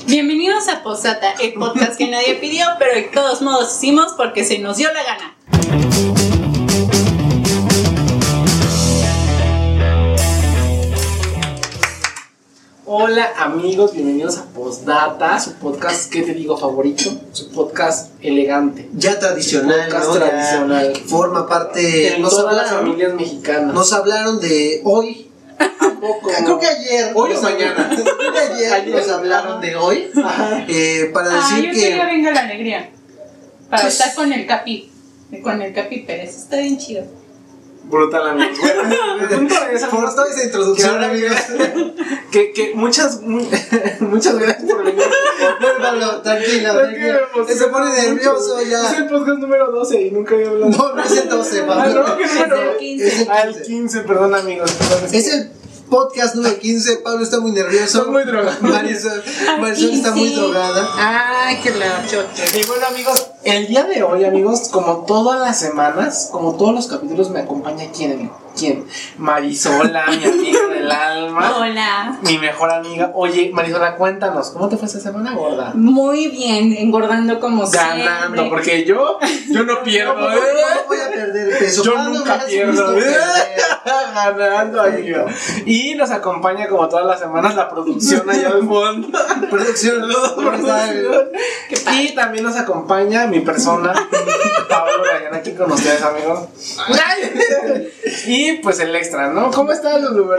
Bienvenidos a Posata, el podcast que nadie pidió, pero de todos modos hicimos porque se nos dio la gana. Hola amigos, bienvenidos a Postdata, su podcast, ¿qué te digo? Favorito, su podcast elegante. Ya tradicional, Podcast ¿no? tradicional. Ya forma parte. En todas las familias mexicanas. Nos hablaron de hoy. ¿A poco? Creo que ayer. Hoy o nos mañana. Creo que ayer nos hablaron de hoy. Para decir yo que. quería venga la alegría. Para Pues- estar con el Capi. Con el Capi Pérez. Está bien chido. Brutal, amigos. Bueno, el punto de esa Por toda esa introducción, amigos. que muchas gracias por venir. Pablo, tranquilo. Se pone nervioso Es ya. el podcast número 12 y nunca había hablado. No, no es el 12, Pablo. no, ¿qué Es número? el 15. Es el Ah, el 15. 15, perdón amigos. Perdón, Es el podcast número 15. Pablo está muy nervioso. Estoy muy drogado. Marisol está muy drogada. Ay, que la chocha. Y bueno amigos, el día de hoy amigos, como todas las semanas, como todos los capítulos, me acompaña ¿quién? Marisola, mi amiga del alma, Hola. mi mejor amiga. Oye, Marisola, cuéntanos, ¿cómo te fue esta semana, gorda? Muy bien, engordando como Ganando, siempre. porque yo no pierdo, No voy a perder peso. Yo ¿Cuándo me nunca has pierdo, visto perder? ganando, amigo. Y nos acompaña como todas las semanas la producción allá al fondo. Producción. Qué padre. Y también nos acompaña mi persona, Pablo Gallán, aquí con ustedes, amigos. Y pues el extra, ¿no? ¿Cómo está Lulu?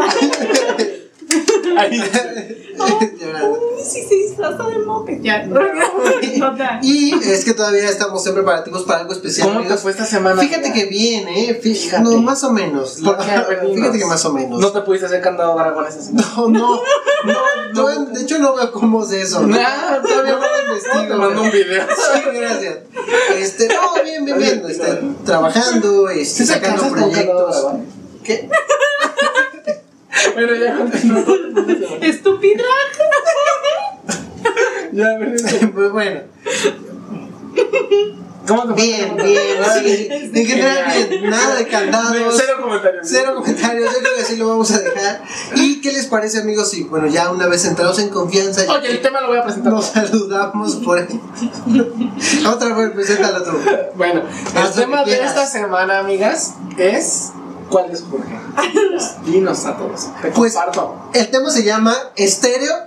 Ahí. Uy, sí se disfraza de moped. Ya. Total. Y es que todavía estamos en preparativos para algo especial. ¿Cómo te amigos. fue esta semana? Fíjate que bien, Fíjate. No, más o menos. ¿Por qué? A ver, dinos. Fíjate que más o menos. ¿No te pudiste hacer candado dragones así? No, de hecho no veo cómo es eso. Nah, Todavía no lo investigo. Te mando un video. Sí, gracias. No, bien. Trabajando, ¿Sí se sacando casas con candado proyectos. dragón? ¿Qué? Bueno, ya continúo. Estúpida. Ya, a ver, Pues bueno. ¿cómo te fue? Bien. Sí. En general, bien. Nada de candados. Cero comentarios. Cero comentarios, yo creo que así lo vamos a dejar. ¿Y qué les parece, amigos? Sí, bueno, ya una vez entrados en confianza, ya Oye, el tema lo voy a presentar. nos saludamos por ahí. Otra vez, preséntalo tú. Bueno, el Haz lo tema que de quieras. esta semana, amigas, es... ¿Cuál es, Jorge? Dinos a todos. Te Pues comparto. el tema se llama estereotipos.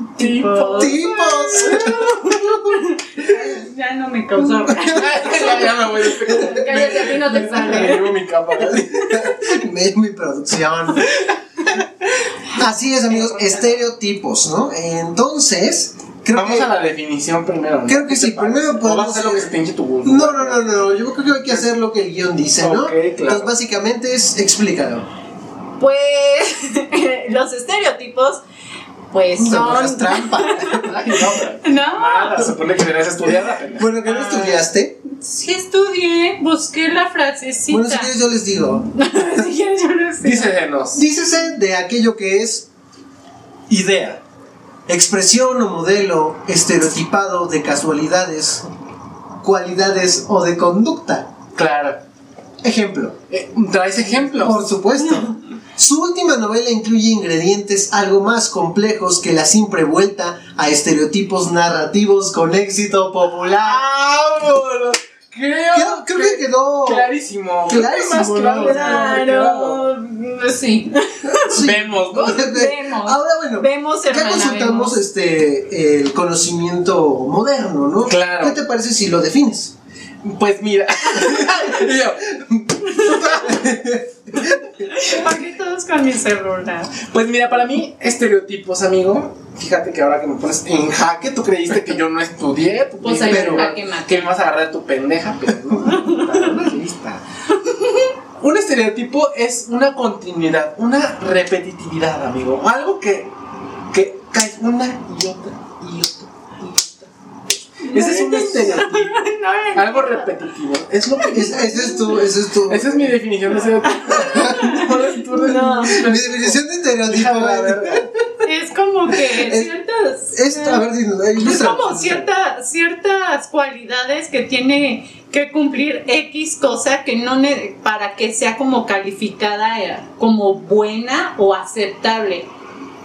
Ya no me causó. Ya me voy. Cállate, a ti no te Me sale. llevo mi capa. Mi producción. Así es, amigos, estereotipos, ¿no? Entonces, Vamos a la definición primero, ¿no? creo que ¿Qué sí, te parece? primero ¿O podemos vas a hacer lo que se te hinche tu gusto? No, yo creo que hay que hacer lo que el guión dice, ¿no? Ok, claro. Entonces, básicamente es, explícalo. Pues los estereotipos, pues No hagas son. trampa. Ay, no, pero... No, Nada, se supone que tenías estudiada. Bueno, que no estudiaste. sí estudié, busqué la frasecita. Bueno, si quieres yo les digo. Si quieres, yo no sé. Dícenos. Dícese de aquello que es idea, expresión o modelo estereotipado de casualidades, cualidades o de conducta. Claro. Ejemplo, ¿Traes ejemplos? por supuesto. Su última novela incluye ingredientes algo más complejos que la simple vuelta a estereotipos narrativos con éxito popular. ¡Vámonos! Creo Creo que quedó clarísimo. Clarísimo, Más ¿no? Claro, sí. Sí. Vemos, ¿no? Vemos. Ahora bueno, Vemos, ya hermana, consultamos vemos. el conocimiento moderno, ¿no? Claro. ¿Qué te parece si lo defines? Pues mira. Y yo, ¿Por qué todos con mi celular? pues mira, para mí, estereotipos, amigo. Fíjate que ahora que me pones en jaque, tú creíste que yo no estudié. Tú Pues creíste ahí pero- jaque mate. que me vas a agarrar de tu pendeja, pero no, lista. Un estereotipo es una continuidad, una repetitividad, amigo. Algo que cae una y otra y otra y otra. Ese es un estereotipo. Algo repetitivo. Es lo que Ese es tu. Esa es mi definición de estereotipo. No. Mi definición de estereotipo. Déjame la verga. Es como que ciertas. A ver, dinos. Es como ciertas cualidades que tiene que cumplir X cosa que no para que sea como calificada como buena o aceptable.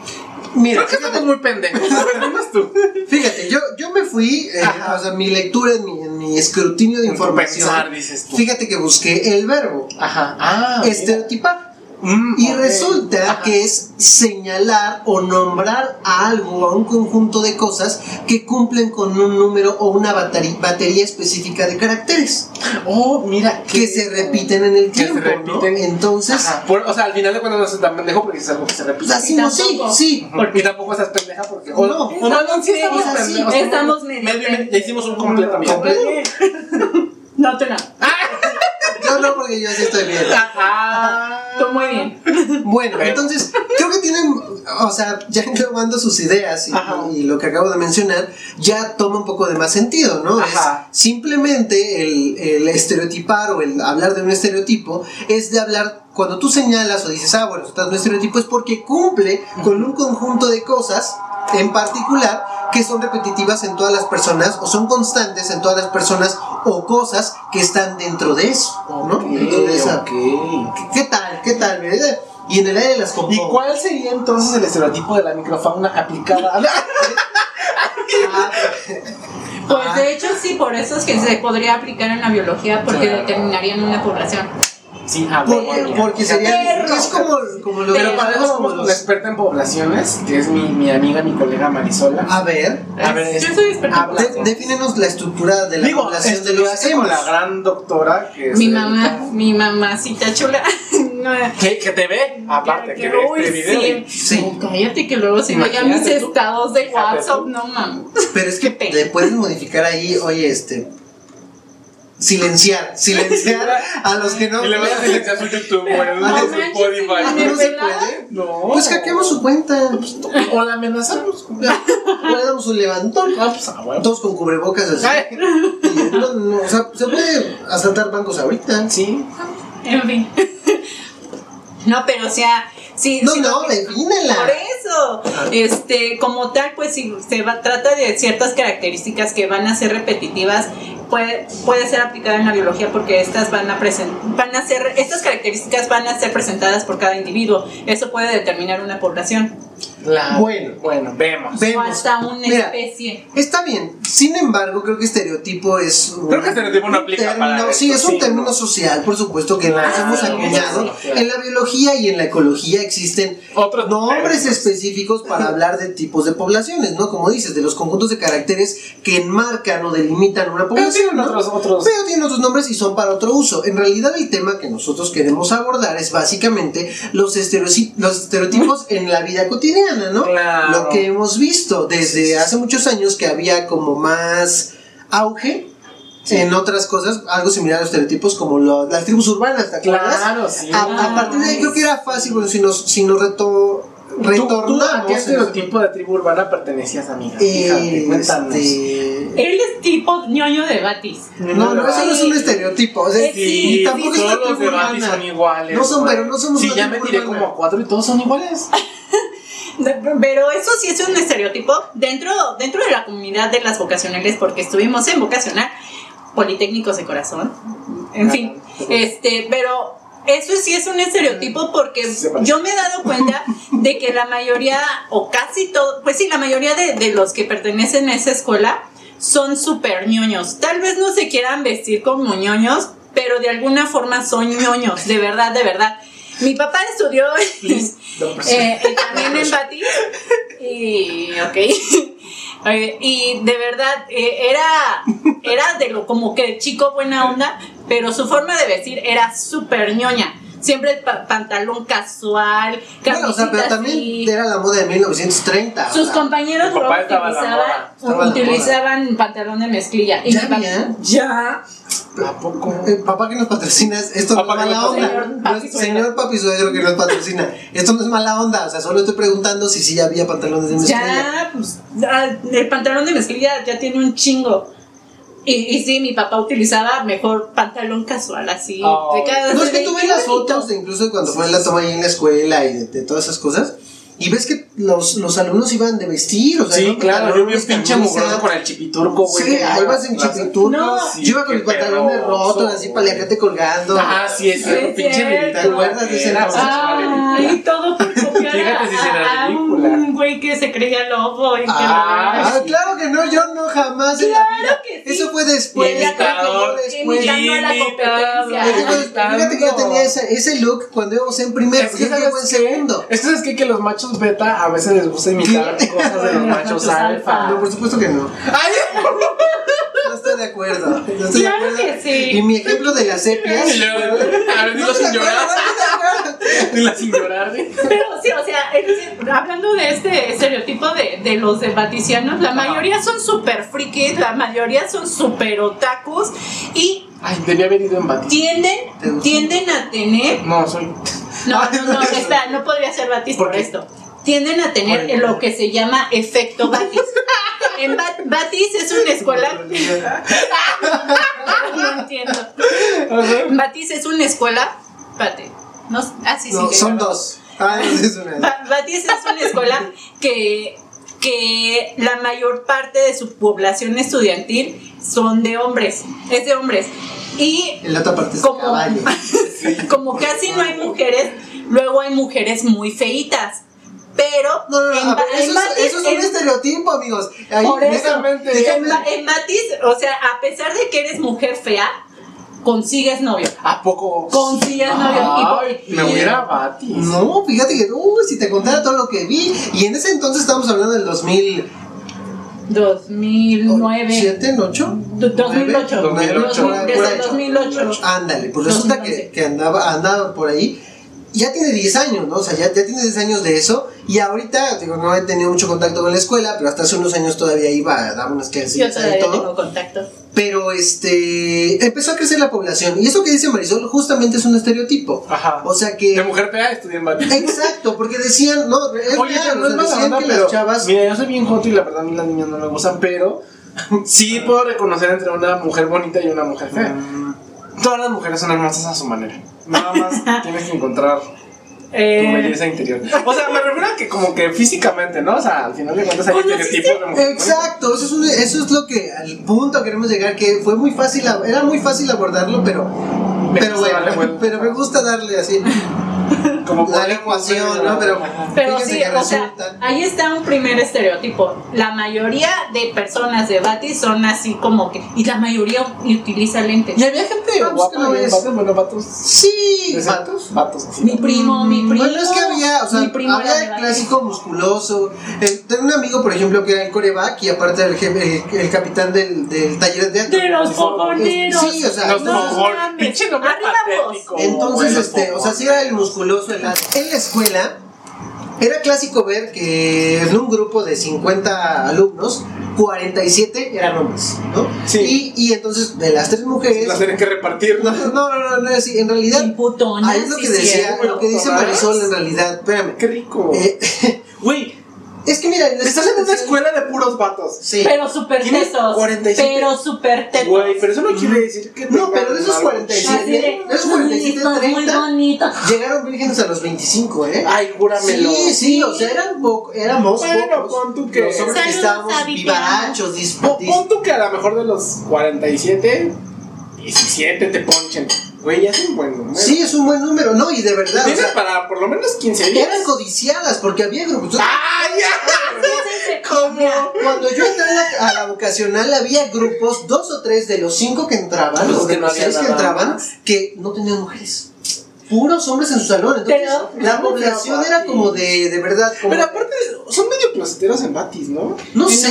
Mira, Creo que estamos muy pendejos. A ver, dinos tú. fíjate, yo me fui, o sea, mi lectura, en mi escrutinio de En tu información. pensar, dices tú. Fíjate que busqué el verbo Ajá. estereotipar. Y ok. resulta Ajá. que es señalar o nombrar a algo, a un conjunto de cosas que cumplen con un número o una batería específica de caracteres Oh, mira. que se repiten en el Que se tiempo, repiten. ¿no? Entonces, Ajá. O sea, al final de cuentas no es tan pendejo porque es algo que se repite. así no, sí, tampoco. sí. Y tampoco estás pendeja porque. No, sí estamos o sea, sí, pendejos. estamos medio Ya hicimos un completo, amigo. No, tú no. Yo no, porque yo sí estoy bien. Tú muy bien. Bueno, entonces, creo que tienen, o sea, ya englobando sus ideas Ajá. y lo que acabo de mencionar, ya toma un poco de más sentido, ¿no? Ajá. Es simplemente el estereotipar o el hablar de un estereotipo es de hablar, cuando tú señalas o dices, bueno, se trata de un estereotipo, es porque cumple con un conjunto de cosas en particular que son repetitivas en todas las personas o son constantes en todas las personas o cosas que están dentro de eso, ¿no? Dentro de esa. ¿Qué tal? ¿Qué tal? Y en el área de las ¿Y componentes. cuál sería entonces el estereotipo de la microfauna aplicada a la... Pues de hecho sí, por eso es que se podría aplicar en la biología porque Claro. determinarían una población. Sí, Porque sería. Perro. Es como lo Pero de para eso somos la experta en poblaciones, que es mi amiga, mi colega Marisola. A ver, Yo soy experta en población. defínenos la estructura de la Digo, población de los estudiaste con la gran doctora que es Mi mamá, mi mamacita chula. No, que te ve, aparte, que ve uy, este video. Sí. No, cállate que luego se veía mis Imagínate tú. estados de Fíjate WhatsApp, tú. no mames. Pero es Qué que pena. le puedes modificar ahí, oye, silenciar a los que no. Y le vas a silenciar su YouTube o el No su manches, Spotify. ¿me No se pelada? puede. No. Pues hackeamos su cuenta. O la amenazamos. O le damos un levantón. Ah, pues a huevo. Todos con cubrebocas así. Ay, No, o sea, se puede asaltar bancos ahorita. sí. En fin. No, pero o sea, sí. No, sí, defínela. Por eso, como tal, pues si trata de ciertas características que van a ser repetitivas, puede ser aplicada en la biología porque estas estas características van a ser presentadas por cada individuo. Eso puede determinar una población Bueno, vemos. o hasta una Mira, especie. está bien. Sin embargo, creo que estereotipo es. Creo que estereotipo no aplica para Sí, esto, es un sí, término ¿no? social, por supuesto, que Claro, nos hemos acuñado. sí, claro. En la biología y en la ecología existen Otros nombres términos. específicos para hablar de tipos de poblaciones, ¿no? Como dices, de los conjuntos de caracteres que enmarcan o delimitan una Pero población. tienen ¿no? otros. Pero tienen otros nombres y son para otro uso. En realidad, el tema que nosotros queremos abordar es básicamente los estereotipos en la vida cotidiana, ¿no? Claro. Lo que hemos visto desde hace muchos años que había como más auge en otras cosas, algo similar a los estereotipos como las tribus urbanas, ¿te acuerdas? Claro, sí. A partir de ahí creo que era fácil, bueno, si nos ¿Tú retornamos. a qué estereotipo de tribu urbana pertenecías, amiga? Fíjate, cuéntanos. Él es tipo ñoño de Batis. No, eso no es un estereotipo. O sea, Sí, y tampoco es todos una los tribu de Bati urbana. son iguales. No son, pero no somos Sí, una ya me tribu tiré urbana. como 4 y todos son iguales. Pero eso sí es un estereotipo dentro de la comunidad de las vocacionales, porque estuvimos en vocacional, politécnicos de corazón, en fin, pero eso sí es un estereotipo porque yo me he dado cuenta de que la mayoría, o casi todo, pues sí, la mayoría de los que pertenecen a esa escuela son súper ñoños. Tal vez no se quieran vestir como ñoños, pero de alguna forma son ñoños, de verdad, de verdad. Mi papá estudió también en Batis y y de verdad era de lo como que chico buena onda, pero su forma de vestir era súper ñoña. Siempre pantalón casual, camisita Bueno, o sea, pero también así. era la moda de 1930. Sus compañeros Mi luego papá estaba a la moda. utilizaban pantalón de mezclilla. Y ¿Ya mi papá- había? Ya. ¿A poco? Papá que nos patrocina, esto Papá no es que mala nos onda. patrocina. Señor Papi Suegro. Señor Papi Suegro que nos patrocina. Esto no es mala onda, o sea, solo estoy preguntando si sí ya había pantalones de mezclilla. Ya, pues, el pantalón de mezclilla ya tiene un chingo. Y sí, mi papá utilizaba mejor pantalón casual, así. Oh. No, es que tú ves qué las bonito. fotos de incluso cuando fue la toma ahí en la escuela y de todas esas cosas. Y ves que los alumnos iban de vestir, o sea, Sí, ¿no? claro, yo vi un Pantalones, pinche camisa. mugroso con el chipiturco, güey. Sí, ahí vas en chipiturco. No. Yo iba con mis pantalones rotos, así paliacate colgando. Ah, sí, es Sí, un pinche cierto. militar. ¿Te acuerdas de ese Era, entonces? Ay, todo por copiar Fíjate si será a ridícula. un güey que se creía lobo y que Ah, claro que no, yo no jamás en la Claro vida. que sí. Eso fue después. Imitador, imitando a la competencia. Fíjate que yo tenía ese look cuando íbamos en primero. Es que Yo llevo en ¿sabes segundo. qué? Es que ¿sabes qué? Que los machos beta a veces les gusta imitar cosas de los machos alfa. No, por supuesto que no. ¡Ay! No estoy de acuerdo. No estoy de Claro acuerdo. que sí. Y mi ejemplo de las sepias. Y luego, a ver, dilo sin llorar. Dilo sin llorar. Pero sí, o sea, hablando de este estereotipo de los debaticianos, la mayoría son súper frikis, la mayoría son súper otakus y Ay, debía haber ido en Batis. tienden a tener... No, soy. No, espera, no podría ser Batis por esto. Tienden a tener lo que se llama efecto Batis. En Batis es una escuela... No entiendo. Batis es una escuela... Espérate. No, sí, No, sí. son dos. Ah, es una. Batis es una escuela que la mayor parte de su población estudiantil son de hombres, es de hombres. Y En la otra parte es como, caballo. como casi no hay mujeres, luego hay mujeres muy feitas. Pero No, en a ver, en Batis, eso es un estereotipo, amigos. Ahí, por eso, déjame- en Batis, o sea, a pesar de que eres mujer fea, consigues novio. ¿A poco? Consigues novio. Ay, me hubiera Batis. No, fíjate que, si te contara todo lo que vi. Y en ese entonces estábamos hablando del 2000. 2009. ¿7, 8? 2008. 2008. Desde el 2008. Ándale, pues resulta 2011. que andaba por ahí. Ya tiene 10 años, ¿no? O sea, ya tiene 10 años de eso. Y ahorita, digo, no he tenido mucho contacto con la escuela, pero hasta hace unos años todavía iba a dar unas clases Yo y todavía todo. tengo contacto. Pero empezó a crecer la población. Y eso que dice Marisol justamente es un estereotipo. Ajá. O sea que. De mujer fea estudié en Batis. Exacto, porque decían, no, es Oye, real, pero no o es sea, mala decían onda, que pero las chavas. mira, yo soy bien joto y la verdad a mí las niñas no me gustan, pero sí puedo reconocer entre una mujer bonita y una mujer fea. Todas las mujeres son hermosas a su manera. Nada más tienes que encontrar tu belleza interior. O sea, me refiero a que como que físicamente, ¿no? O sea, al final de cuentas hay estereotipos de mujer. Exacto, eso es lo que al punto queremos llegar, que fue muy fácil, era muy fácil abordarlo, pero gusta darle bueno, vuelta. pero me gusta darle así Como la ecuación, ¿no? Pero Pero fíjense sí, que o sea, resulta. ahí está un primer estereotipo. La mayoría de personas de Batis son así como que... Y la mayoría utiliza lentes. Y había gente Ah, pues guapa que no y es. vatos, bueno, vatos. Sí, ¿Vatos? Vatos, así. Mi primo. Bueno, es que había, o sea, mi primo era de había el Batis. clásico musculoso. Tengo un amigo, por ejemplo, que era el coreback y aparte era el capitán del taller de teatro. De los fogoneros. Sí, o sea, Los no favor, mames. pinche nombre Arriba vos. patético. Entonces, Bueno, o sea, sí era el musculoso. En la escuela era clásico ver que en un grupo de 50 alumnos, 47 eran hombres, ¿no? Sí. Y entonces, de las 3 mujeres. las tienen que repartir. No, sí, en realidad. Y putonas, Ahí es lo que sí, decía, cierto. lo que dice Marisol, en realidad. Espérame. Qué rico. Güey, es que mira, Estás en una escuela de puros vatos. Sí. Pero súper ¿Tienes tetos. 47? Pero súper tetos. Güey, pero eso no quiere decir que No, pero de esos tengan algo 47, Así de, de esos 47, "Ay, estás muy 30 bonito". llegaron vírgenes a los 25, ¿eh? Ay, júramelo. Sí, o sea, éramos Bueno, pocos. pon tú que- Los hombres que Saludos estábamos a Vivian. vivarachos, Pon tú que a lo mejor de los 47, 17 te ponchen. Güey, ya es un buen número. Sí, es un buen número, ¿no? Y de verdad, o Tienes sea, para por lo menos 15 días. eran codiciadas porque había grupos. ¡Ay, ya! Mira, cuando yo entré a la vocacional había grupos, 2 o 3 de los 5 que entraban, Pues o es de que no los había 6 que nada entraban, más. que no tenían mujeres. Puros hombres en su salón. Entonces, Pero- la población era como de verdad. Como Pero aparte, son medio closeteros en Batis, ¿no? no sé.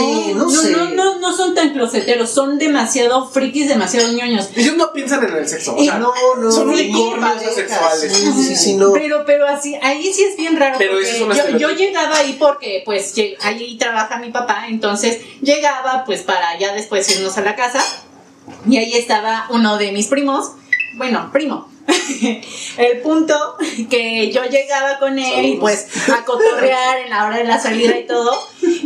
No son tan closeteros, son demasiado frikis, demasiado ñoños. Ellos no piensan en el sexo. O sea, no, son sí, unicornios parejas, asexuales. Sí, no. Pero así, ahí sí es bien raro. Pero porque ese es un yo estereotipo. llegaba ahí porque pues ahí trabaja mi papá, entonces llegaba pues para ya después irnos a la casa y ahí estaba uno de mis primos, bueno, primo. El punto que yo llegaba con él y pues a cotorrear en la hora de la salida y todo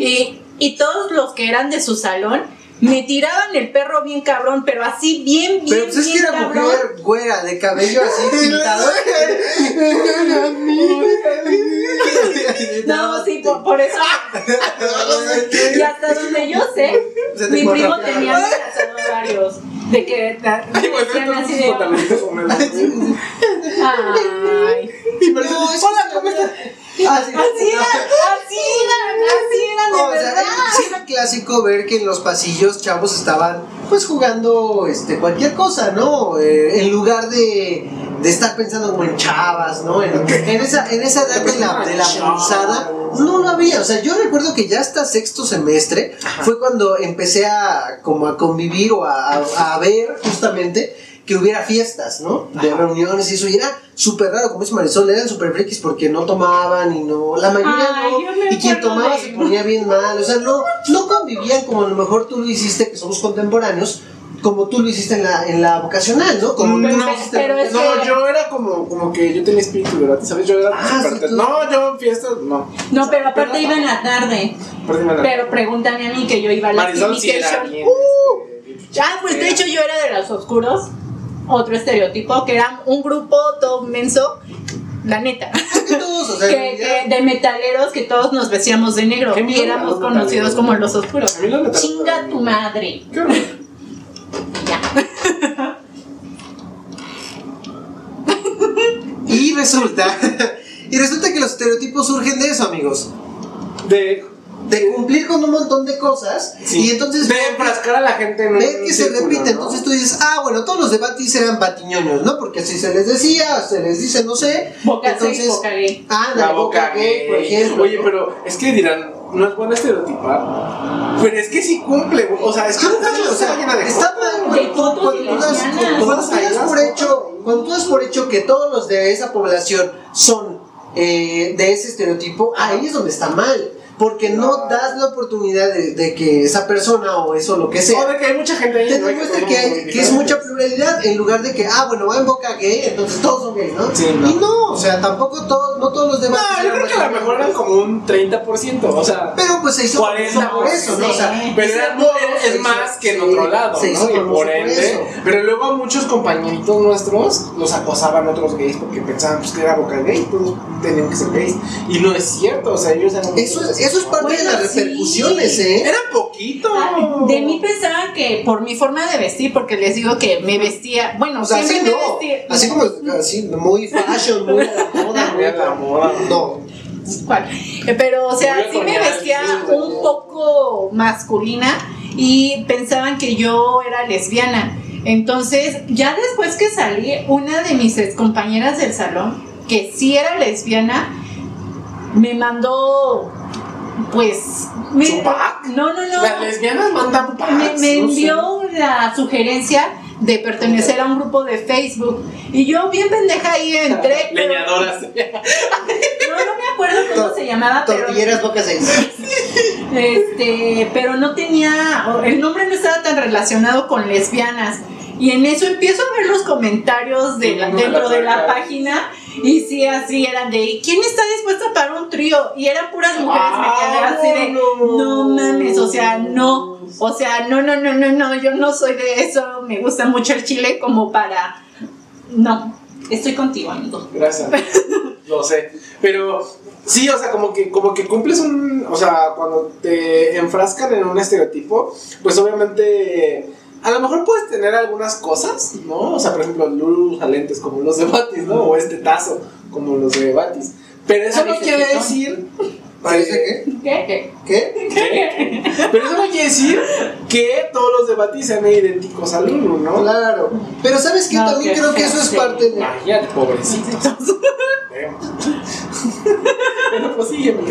y todos los que eran de su salón me tiraban el perro bien cabrón, pero así bien Pero pues es que bien era cabrón. mujer güera, de cabello así pintado. No, sí, por eso. Y hasta donde yo sé, Se te mi corta. primo tenía amenazado varios. De que Ay, bueno, decían así entonces de. sus pantaloncitos húmedos. Ay. Y me dicen, No, es que hola, sí, ¿cómo estás? Así eran, de O sea, verdad. sí era clásico ver que en los pasillos chavos estaban pues jugando cualquier cosa, ¿no? En lugar de estar pensando como en chavas, ¿no? En esa edad de la pulsada, no lo había. O sea, yo recuerdo que ya hasta sexto semestre fue cuando empecé a convivir o a ver justamente que hubiera fiestas, ¿no? De reuniones y eso, y era súper raro, como dice Marisol, eran súper frikis porque no tomaban y no, la mayoría no, y quien tomaba se ponía bien mal, o sea, no convivían como a lo mejor tú lo hiciste, que somos contemporáneos, como tú lo hiciste en la vocacional, ¿no? Como pero es que... yo era como que yo tenía espíritu, ¿verdad? ¿Sabes? Yo era sí, no, yo en fiestas, no. No, pero aparte iba en la tarde. Pero pregúntame a mí que yo iba a la Marisol sí era bien, pues de hecho yo era de los oscuros. Otro estereotipo, que era un grupo todo menso, la neta. Todos, o sea, que de metaleros que todos nos vestíamos de negro y éramos conocidos como los oscuros. Chinga tu madre. Qué horror. Ya. Y resulta que los estereotipos surgen de eso, amigos. De cumplir con un montón de cosas, sí. Y entonces de enfrascar a la gente en ver que se repite, ¿no? Entonces tú dices, bueno, todos los de Batis eran batiñoños, ¿no? Porque si se les decía, se les dice, no sé, boca entonces, boca gay. La boca gay, por ejemplo. Oye, pero es que dirán, no es bueno estereotipar, pero es que sí cumple, o sea, es que está mal cuando tú das por hecho que todos los de esa población son de ese estereotipo, ahí es donde está mal. Porque no das la oportunidad de que esa persona o eso, lo que sea, o de que hay mucha gente ahí, te demuestra que es mucha pluralidad, en lugar de que, bueno, va en boca gay, entonces todos son gays, ¿no? Sí, no. Y no, o sea, tampoco no todos los demás. No, yo creo que a lo mejor eran como un 30%, o sea. Pero pues se hizo 40 por eso, ¿no? O sea, pero es más que en otro lado, ¿no? Y por ende. Pero luego a muchos compañeritos nuestros los acosaban otros gays porque pensaban pues, que era boca gay, todos tenían que ser gays. Y no es cierto, o sea, ellos eran. Eso es parte de las repercusiones, sí. Era poquito. De mí pensaban que por mi forma de vestir, porque les digo que me vestía, bueno, o sea, siempre así me vestía. Así como así, muy fashion, muy a la moda, Muy a la moda. No. ¿Cuál? Pero, o sea, sí me vestía un poco masculina y pensaban que yo era lesbiana. Entonces, ya después que salí, una de mis excompañeras del salón, que sí era lesbiana, me mandó, pues... No. Las lesbianas mandan packs. Me envió la sugerencia de pertenecer a un grupo de Facebook. Y yo, bien pendeja, ahí entré. Leñadoras. No me acuerdo cómo se llamaba. Tortilleras Boca 6. Pero no tenía. El nombre no estaba tan relacionado con lesbianas. Y en eso empiezo a ver los comentarios dentro de la página. Y sí, así eran de ¿quién está dispuesto a pagar un trío? Y eran puras mujeres. Me quedé así de no mames, o sea, no. O sea, no, yo no soy de eso. Me gusta mucho el chile como para. No, estoy contigo, amigo. Gracias. Lo sé. Pero sí, o sea, como que cumples o sea, cuando te enfrascan en un estereotipo, pues obviamente. A lo mejor puedes tener algunas cosas, ¿no? O sea, por ejemplo, Lulu usa lentes como los de Batis, ¿no? O tazo como los de Batis. Pero eso no quiere decir... ¿Parece ¿Qué? ¿Qué? Pero eso no quiere decir que todos los de Batis sean idénticos a Lulu, ¿no? Claro. Pero ¿sabes qué? También creo que eso es parte de... Imagínate, pobrecitos. Bueno, pues sígueme.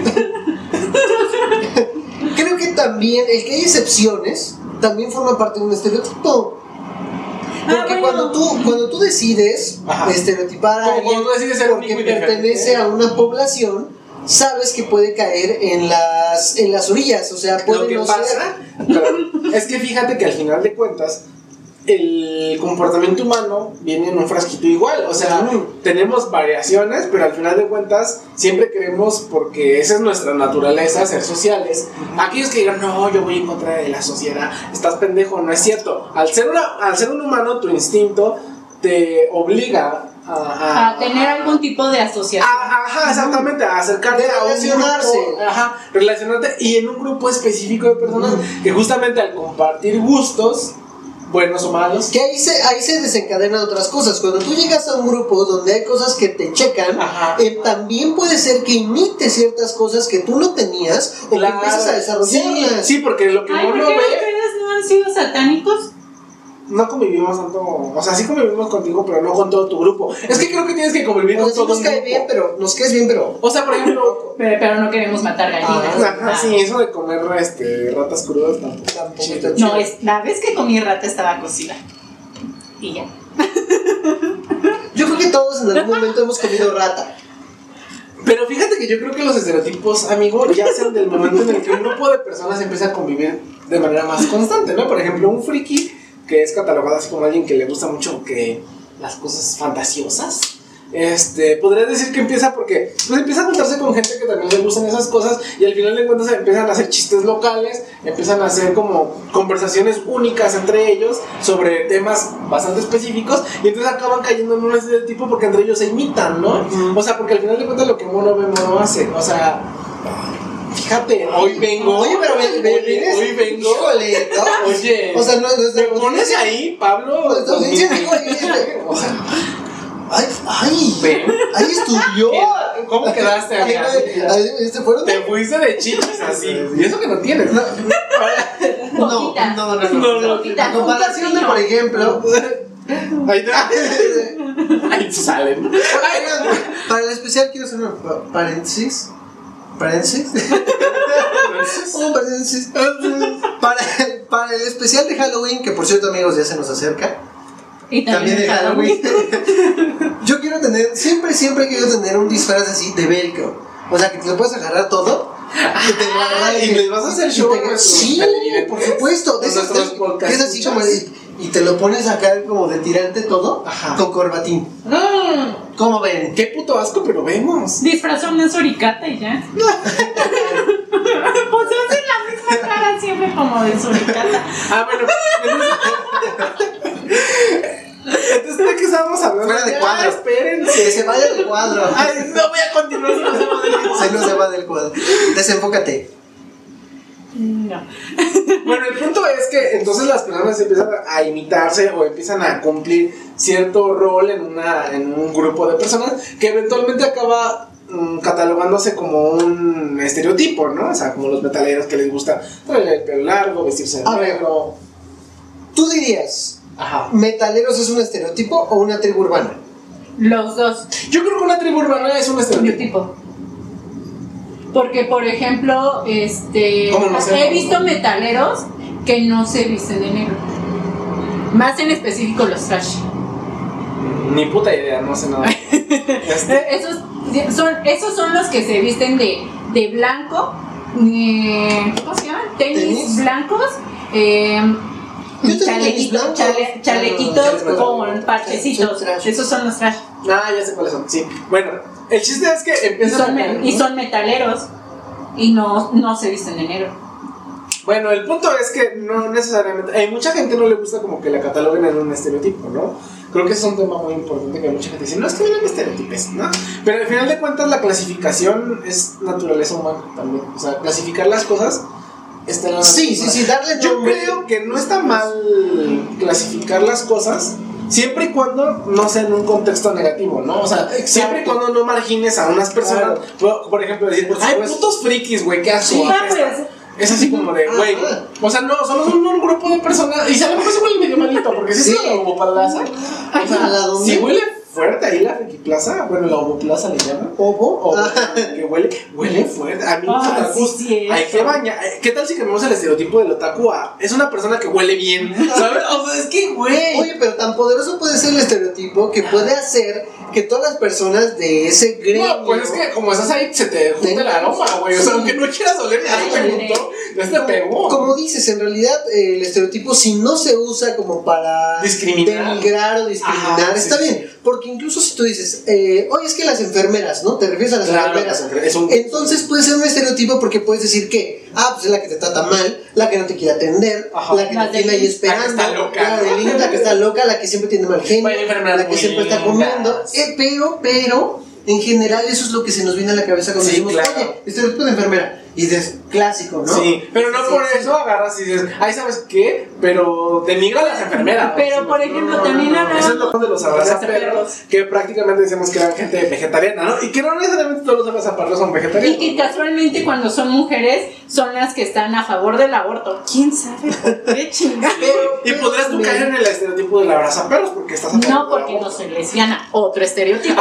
Creo que también el que hay excepciones también forma parte de un estereotipo. Porque cuando tú decides estereotipar a alguien porque pertenece a una población, sabes que puede caer en las orillas, o sea, puede no ser. Es que fíjate que al final de cuentas el comportamiento humano viene en un frasquito igual, o sea, tenemos variaciones, pero al final de cuentas siempre queremos, porque esa es nuestra naturaleza, ser sociales. Aquellos que digan, no, yo voy en contra de la sociedad, estás pendejo, no es cierto. Al ser un humano, tu instinto te obliga a tener algún tipo de asociación. Ajá, exactamente, a acercarte a un grupo, relacionarte, y en un grupo específico de personas que justamente al compartir gustos buenos o malos. Que ahí se desencadenan otras cosas. Cuando tú llegas a un grupo donde hay cosas que te checan, también puede ser que imites ciertas cosas que tú no tenías o que empiezas a desarrollarlas. Sí, porque lo que ¿por qué ustedes no han sido satánicos? No convivimos tanto, o sea, sí convivimos contigo, pero no con todo tu grupo. Es que creo que tienes que convivir con todo nos caes bien, pero o sea, por ejemplo, pero no queremos matar gallinas. sí, eso de comer ratas crudas tampoco está chido. No, la vez que comí rata estaba cocida. Y ya. Yo creo que todos en algún momento hemos comido rata. Pero fíjate que yo creo que los estereotipos, amigo, yacen del momento en el que un grupo de personas empieza a convivir de manera más constante, ¿no? Por ejemplo, un friki que es catalogado así como alguien que le gusta mucho que las cosas fantasiosas. Podría decir que empieza porque pues empieza a juntarse con gente que también le gustan esas cosas y al final de cuentas empiezan a hacer chistes locales, empiezan a hacer como conversaciones únicas entre ellos sobre temas bastante específicos y entonces acaban cayendo en un estereotipo porque entre ellos se imitan, ¿no? O sea, porque al final de cuentas lo que mono ve, mono hace. O sea, fíjate, hoy vengo. Oye, pero hoy vengo. Híjole, no. Oye, o sea, no ¿te pones ahí, Pablo? O sea, ahí estudió. ¿Cómo quedaste, amiga? Te fuiste de chichis así. Y eso que no tienes. No. Poquita, A comparación de, por ejemplo. Ahí salen. Para el especial quiero hacer una paréntesis. Para el especial de Halloween, que por cierto, amigos, ya se nos acerca. Y también de Halloween. Yo quiero tener, siempre quiero tener un disfraz así de velcro. O sea, que te lo puedes agarrar todo. ¿Y les vas a hacer show? Sí, por supuesto. Es así como y te lo pones acá como de tirante todo. Con corbatín. ¿Cómo ven? Qué puto asco, pero vemos. Disfrazó una suricata y ya. Pues hacen la misma cara siempre como de suricata. Bueno. Entonces, ¿de qué estábamos hablando? Fuera de cuadro. Espérense. Que se vaya del cuadro. No voy a continuar. No se va del cuadro. Desenfócate. No. Bueno, el punto es que entonces las personas empiezan a imitarse o empiezan a cumplir cierto rol en un grupo de personas que eventualmente acaba catalogándose como un estereotipo, ¿no? O sea, como los metaleros que les gusta traer el pelo largo, vestirse de negro. ¿Tú dirías metaleros es un estereotipo o una tribu urbana? Los dos. Yo creo que una tribu urbana es un estereotipo. Porque, por ejemplo, he visto metaleros que no se visten de negro. Más en específico los thrash. Ni puta idea, no sé nada. Esos son los que se visten de blanco. ¿Cómo se llaman? Tenis blancos. Chalequitos con parchecitos. Esos son los thrash. Ya sé cuáles son, sí. Bueno, el chiste es que empiezan y son metaleros y no se visten de negro. Bueno, el punto es que no necesariamente. Hay mucha gente no le gusta como que la cataloguen en un estereotipo, ¿no? Creo que es un tema muy importante que mucha gente dice, no, es que vienen estereotipos, ¿no? Pero al final de cuentas la clasificación es naturaleza humana también. O sea, clasificar las cosas está en la naturaleza. Sí, darle Yo nombre. creo que no está mal clasificar las cosas siempre y cuando no sea en un contexto negativo, ¿no? O sea, siempre y cuando no margines a unas personas. Por ejemplo, decir, ay, putos frikis, güey, qué asco. Es así como de, güey, o sea, no, somos un grupo de personas. Y a lo mejor se huele medio malito, porque si es la Oboplaza. O sea, si huele fuerte ahí la Friki Plaza, bueno, la Oboplaza le llaman. Que huele fuerte. A mí, hay que bañar. ¿Qué tal si cambiamos el estereotipo del otaku a es una persona que huele bien? ¿Sabes? O sea, es que, güey. Oye, pero tan poderoso puede ser el estereotipo que puede hacer que todas las personas de ese gremio. No, pues es que como estás ahí, se te junta el aroma, güey. O sea, aunque no quieras oler, ya te pegó. Como dices, en realidad el estereotipo, si no se usa como para denigrar o discriminar, está bien. Porque incluso si tú dices, oye, es que las enfermeras, ¿no? Te refieres a las enfermeras. Entonces puede ser un estereotipo porque puedes decir que, pues es la que te trata mal, la que no te quiere atender, la que te tiene ahí esperando, la que está loca, la que siempre tiene mal genio, la que siempre está comiendo. Pero, en general, eso es lo que se nos viene a la cabeza cuando decimos, oye, estereotipo de enfermera. Y dices, clásico, ¿no? Sí, pero no por eso agarras y dices, ay, ¿sabes qué? Pero denigra a las enfermeras. Pero, por ejemplo, también Eso es hablamos lo de los abrazaperros, que prácticamente decimos que eran gente vegetariana, ¿no? Y que no necesariamente todos los abrazaperros son vegetarianos. y que casualmente cuando son mujeres son las que están a favor del aborto. ¿Quién sabe por qué chingada? Y podrías tú caer en el estereotipo del abrazaperros porque estás a favor No, del porque no aborto. soy lesbiana. Otro estereotipo.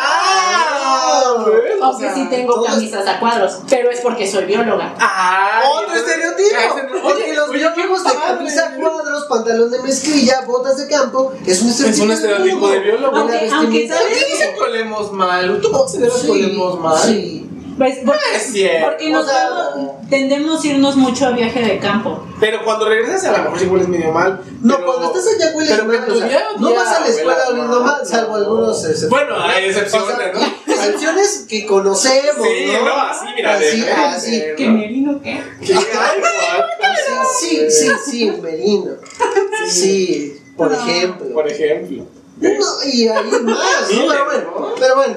¿Ves? O que sí tengo todos- camisas a cuadros, pero es porque soy bióloga. Otro estereotipo. Porque los biólogos de camisa a cuadros, pantalón de mezclilla, botas de campo, es un estereotipo. Es un estereotipo de biólogo. Aunque, vestimenta. ¿sabes? ¿Qué dicen que olemos mal? ¿Tú consideras que olemos mal? Sí. Pues Es cierto. porque nos O sea, tendemos a irnos mucho a viaje de campo. Pero cuando regresas a lo mejor sí hueles medio mal. No, pero- cuando estás allá hueles pero que mal. tu O sea, día a no día vas a la escuela huela oliendo mal, mal, salvo no. algunos Bueno, hay excepciones, ¿no? Excepciones que conocemos, Sí, no, así, mira, de Así, frente, así. ¿no? ¿Qué merino qué? Que- ay, guau. Sí, merino. Sí, por ejemplo. Por ejemplo. No, y hay más, Miles, ¿no? Pero bueno.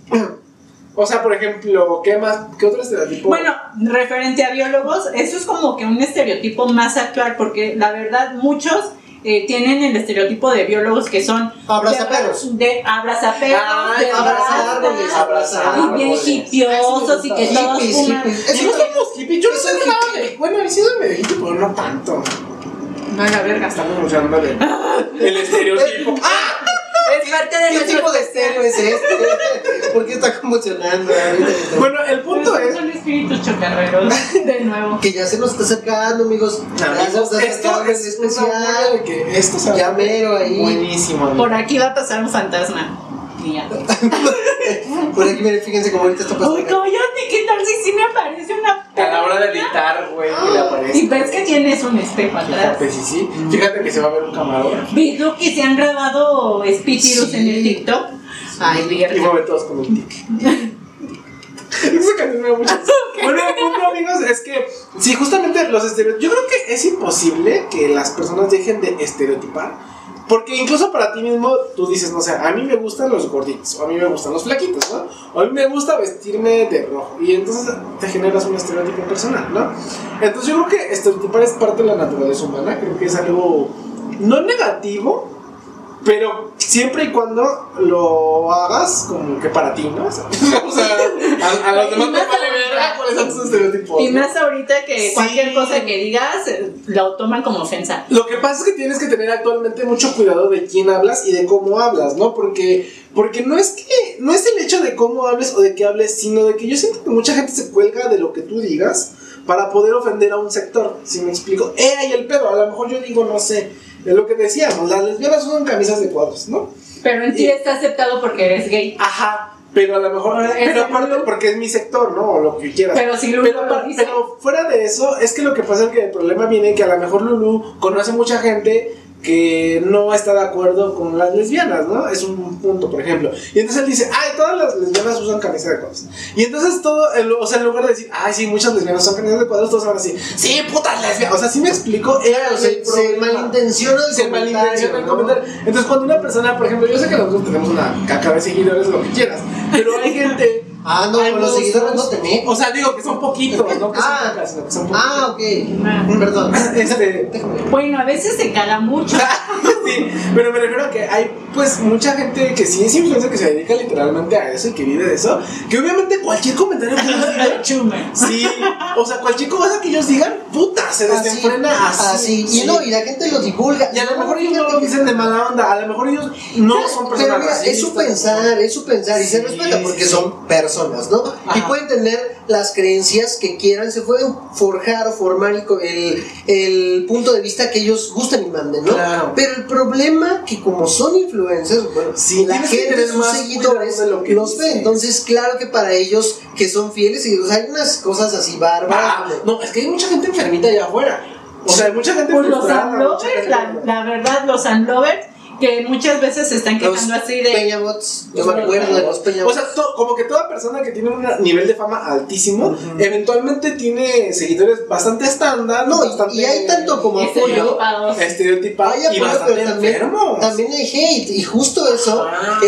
O sea, por ejemplo, ¿qué más? ¿Qué otro estereotipo? Bueno, referente a biólogos, eso es como que un estereotipo más actual, porque la verdad muchos tienen el estereotipo de biólogos que son Abrazaperros. de abrazaperros, Ay, de abrazar árboles, raza, abrazar y bien árboles. hipiosos y que todos Hippies, fuman. hippies. Eso no somos hippie. Yo no Eso sé es nada hippie. de. Bueno, sí soy medio hippie, pero no tanto. No, la verga. Estamos usando el estereotipo. Es parte de ¿Qué nuestro tipo de estéreo es este? ¿Por qué está conmocionando ahorita? Bueno, el punto es. Son espíritus chocarreros, de nuevo. Que ya se nos está acercando, amigos. Ya se nos está Esto acercando el es una especial. manera de que esto se Ya mero ahí. buenísimo, amigo. Por aquí va a pasar un fantasma. Y ya. Por aquí, miren, fíjense cómo ahorita está pasando. Uy, cállate, ¿qué tal si sí me aparece una A la hora de editar, güey, que le aparece. Y ves que tienes un espejo atrás. Fíjate, sí. Fíjate que se va a ver un camarógrafo. ¿Ves lo que se han grabado espíritus Sí. en el TikTok? Ay, Y verga. mueve todos con un tic. Esa canción me da mucho. Bueno, el punto, amigos, es que sí, justamente los estereotipos. Yo creo que es imposible que las personas dejen de estereotipar. Porque incluso para ti mismo tú dices, no sé, a mí me gustan los gorditos, o a mí me gustan los flaquitos, ¿no? O a mí me gusta vestirme de rojo. Y entonces te generas un estereotipo personal, ¿no? Entonces yo creo que estereotipar es parte de la naturaleza humana. Creo que es algo no negativo, pero siempre y cuando lo hagas como que para ti, ¿no? O sea, a los demás te vale verga cuáles son tus estereotipos. Y ¿no? más ahorita que Sí. cualquier cosa que digas lo toman como ofensa. Lo que pasa es que tienes que tener actualmente mucho cuidado de quién hablas y de cómo hablas, ¿no? Porque no es el hecho de cómo hables o de qué hables, sino de que yo siento que mucha gente se cuelga de lo que tú digas para poder ofender a un sector, ¿sí me explico? Ahí el pedo, a lo mejor yo digo, no sé, es lo que decíamos, las lesbianas usan camisas de cuadros, ¿no? Pero en ti está aceptado porque eres gay. Ajá, pero a lo mejor, pero aparte porque es mi sector, ¿no? O lo que quieras. Pero si Lulu Pero, lo dice. pero fuera de eso, es que lo que pasa es que el problema viene que a lo mejor Lulu conoce mucha gente que no está de acuerdo con las lesbianas, ¿no? Es un punto, por ejemplo. Y entonces él dice, ay, todas las lesbianas usan camisa de cuadros. Y entonces todo, o sea, en lugar de decir, ay, sí, muchas lesbianas usan camisas de cuadros, todos van así, sí, putas lesbianas. O sea, ¿sí me explico? Claro, se malintenciona el Se malintenciona el ¿no? comentario. Entonces, cuando una persona, por ejemplo, yo sé que nosotros tenemos una caca de seguidores, lo que quieras, pero hay gente. Ah, no, con los seguidores no te metes. O sea, digo que son poquitos, no que son pocas, sino que son poquitos. Ah, ok. Perdón. Déjame. Bueno, a veces se caga mucho. Sí, pero me refiero a que hay pues mucha gente que sí es influencer, que se dedica literalmente a eso y que vive de eso, que obviamente cualquier comentario que ellos digan, Chume. sí, o sea, cualquier cosa que ellos digan, puta, se desenfrena así. Y no, y la gente lo divulga. Y a lo mejor ellos no lo dicen de mala onda, a lo mejor ellos no son Pero personas mira, es su pensar y se Sí, respeta porque sí. son personas, ¿no? Y Ajá. pueden tener las creencias que quieran, se pueden forjar o formar el punto de vista que ellos gusten y manden, ¿no? Claro. Pero el problema que como son influencers, bueno, Sí, la tienes que gente, tener sus más seguidores, cuidado de lo que los ve. dices. Entonces, claro que para ellos que son fieles, y, o sea, hay unas cosas así bárbaras. Ah, no, es que hay mucha gente enfermita allá afuera. O sea, hay mucha gente Pues los frustrada, mucha unlovers, gente- la verdad, los unlovers, que muchas veces se están quejando así de. Peñabots, yo me acuerdo de los O Peñabots. sea, como que toda persona que tiene un nivel de fama altísimo, eventualmente tiene seguidores bastante estándar, No, bastante y hay tanto como apoyo. estereotipados. estereotipado Hay y apoyo, bastante pero enfermos. también hay hate. Y justo eso Ah. es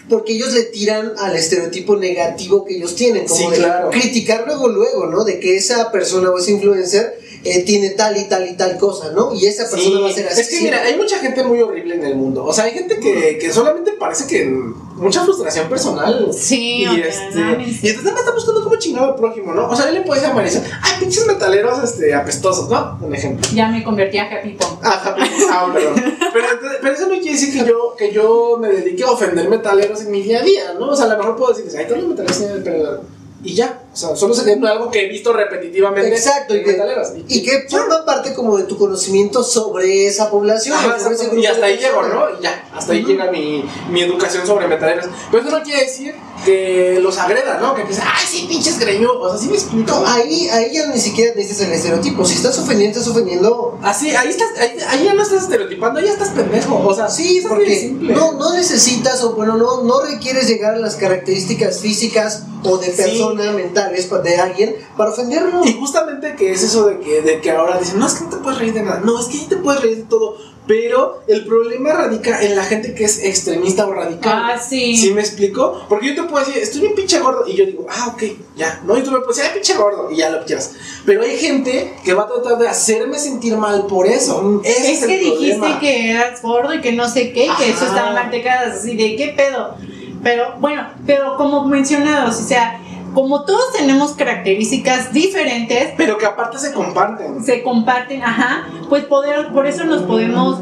porque ellos le tiran al estereotipo negativo que ellos tienen, como Sí, de claro. criticar luego, ¿no? De que esa persona o ese influencer tiene tal y tal y tal cosa, ¿no? Y esa persona va a ser así. Es que mira, hay mucha gente muy horrible en el mundo. O sea, hay gente que solamente parece que mucha frustración personal. Sí, y o sea, y entonces nada más está buscando cómo chingado al prójimo, ¿no? O sea, él le puede llamar y decir, ay, pinches metaleros apestosos, ¿no? Un ejemplo. Ya me convertí a Happy Pong. Perdón. Pero eso no quiere decir que yo me dedique a ofender metaleros en mi día a día, ¿no? O sea, a lo mejor puedo decirles, ay, todos los metaleros tienen el pelo largo. Y ya, o sea, solo sería algo que he visto repetitivamente. Exacto, en metaleros. y que forma parte como de tu conocimiento sobre esa población. Ajá, sobre ese grupo y hasta de ahí llego, personas. ¿no? Y ya, hasta ahí llega mi educación sobre metaleros. Pero eso no quiere decir que los agreda, ¿no? Que piensen, ay, sí, pinches greñudos. O sea, sí me explico. No, ahí ya ni siquiera necesitas el estereotipo. Si estás ofendiendo. Así, ahí ya no estás estereotipando, ahí ya estás pendejo. O sea, Sí, es así de porque simple. no necesitas, o bueno, no requieres llegar a las características físicas o de persona mentales de alguien para ofenderlo. Y justamente que es eso de que ahora dicen, no, es que no te puedes reír de nada. No, es que sí te puedes reír de todo. Pero el problema radica en la gente que es extremista o radical. Ah, sí. ¿Sí me explico? Porque yo te puedo decir, estoy bien pinche gordo. Y yo digo, ok, ya. No, y tú me puedes decir, ay, pinche gordo. Y ya lo quieras. Pero hay gente que va a tratar de hacerme sentir mal por eso. Ese Es el que dijiste problema. que eras gordo y que no sé qué, y que eso Ajá. estaba mal, te quedas así de qué pedo. Pero bueno, pero como mencionados, o sea, como todos tenemos características diferentes, Pero que aparte se comparten. se comparten, ajá, pues por eso nos podemos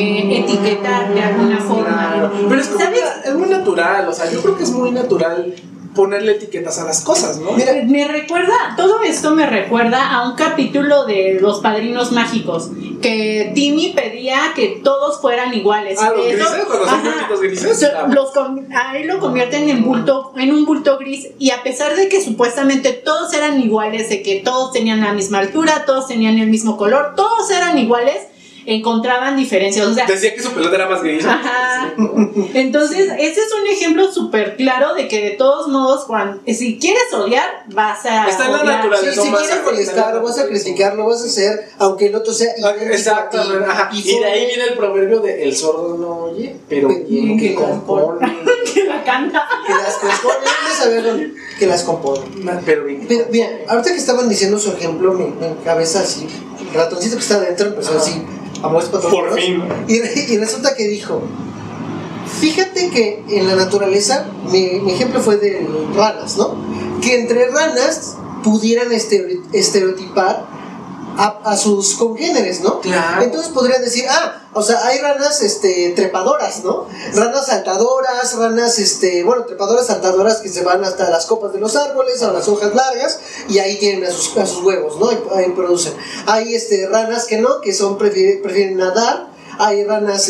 etiquetar de alguna forma. Claro. Pero es, como ¿Sabes? es muy natural. O sea, yo creo que es muy natural ponerle etiquetas a las cosas, ¿no? Mira, Todo esto me recuerda a un capítulo de Los Padrinos Mágicos, que Timmy pedía que todos fueran iguales. Ah, los Eso- grises, cuando son ajá, puntitos grises. ahí lo convierten en un bulto gris, y a pesar de que supuestamente todos eran iguales, de que todos tenían la misma altura, todos tenían el mismo color, todos eran iguales, encontraban diferencias, o sea, Decía que su pelota era más gris. ajá. Entonces, ese es un ejemplo súper claro de que de todos modos, si quieres odiar, vas a Está en la odiar. naturaleza. si quieres molestar, lo vas a criticar, lo vas a hacer, aunque el otro sea idéntico Exactamente. a ti. Ajá. Y de ahí viene el proverbio de el sordo no oye, pero bien que compone. Que la canta. que las compone, no saber que las compone. Pero bien. Pero bien, ahorita que estaban diciendo su ejemplo, mi cabeza así, el ratoncito que está adentro empezó Ajá. así, amores para todos. Por fin. Y resulta que dijo, fíjate que en la naturaleza, mi ejemplo fue de ranas, ¿no? Que entre ranas pudieran estereotipar a sus congéneres, ¿no? Claro. Entonces podrían decir, o sea, hay ranas trepadoras, ¿no? Ranas saltadoras, bueno, trepadoras, saltadoras que se van hasta las copas de los árboles, a las hojas largas, y ahí tienen a sus huevos, ¿no? Ahí producen. Hay ranas que no, que prefieren nadar. Hay ranas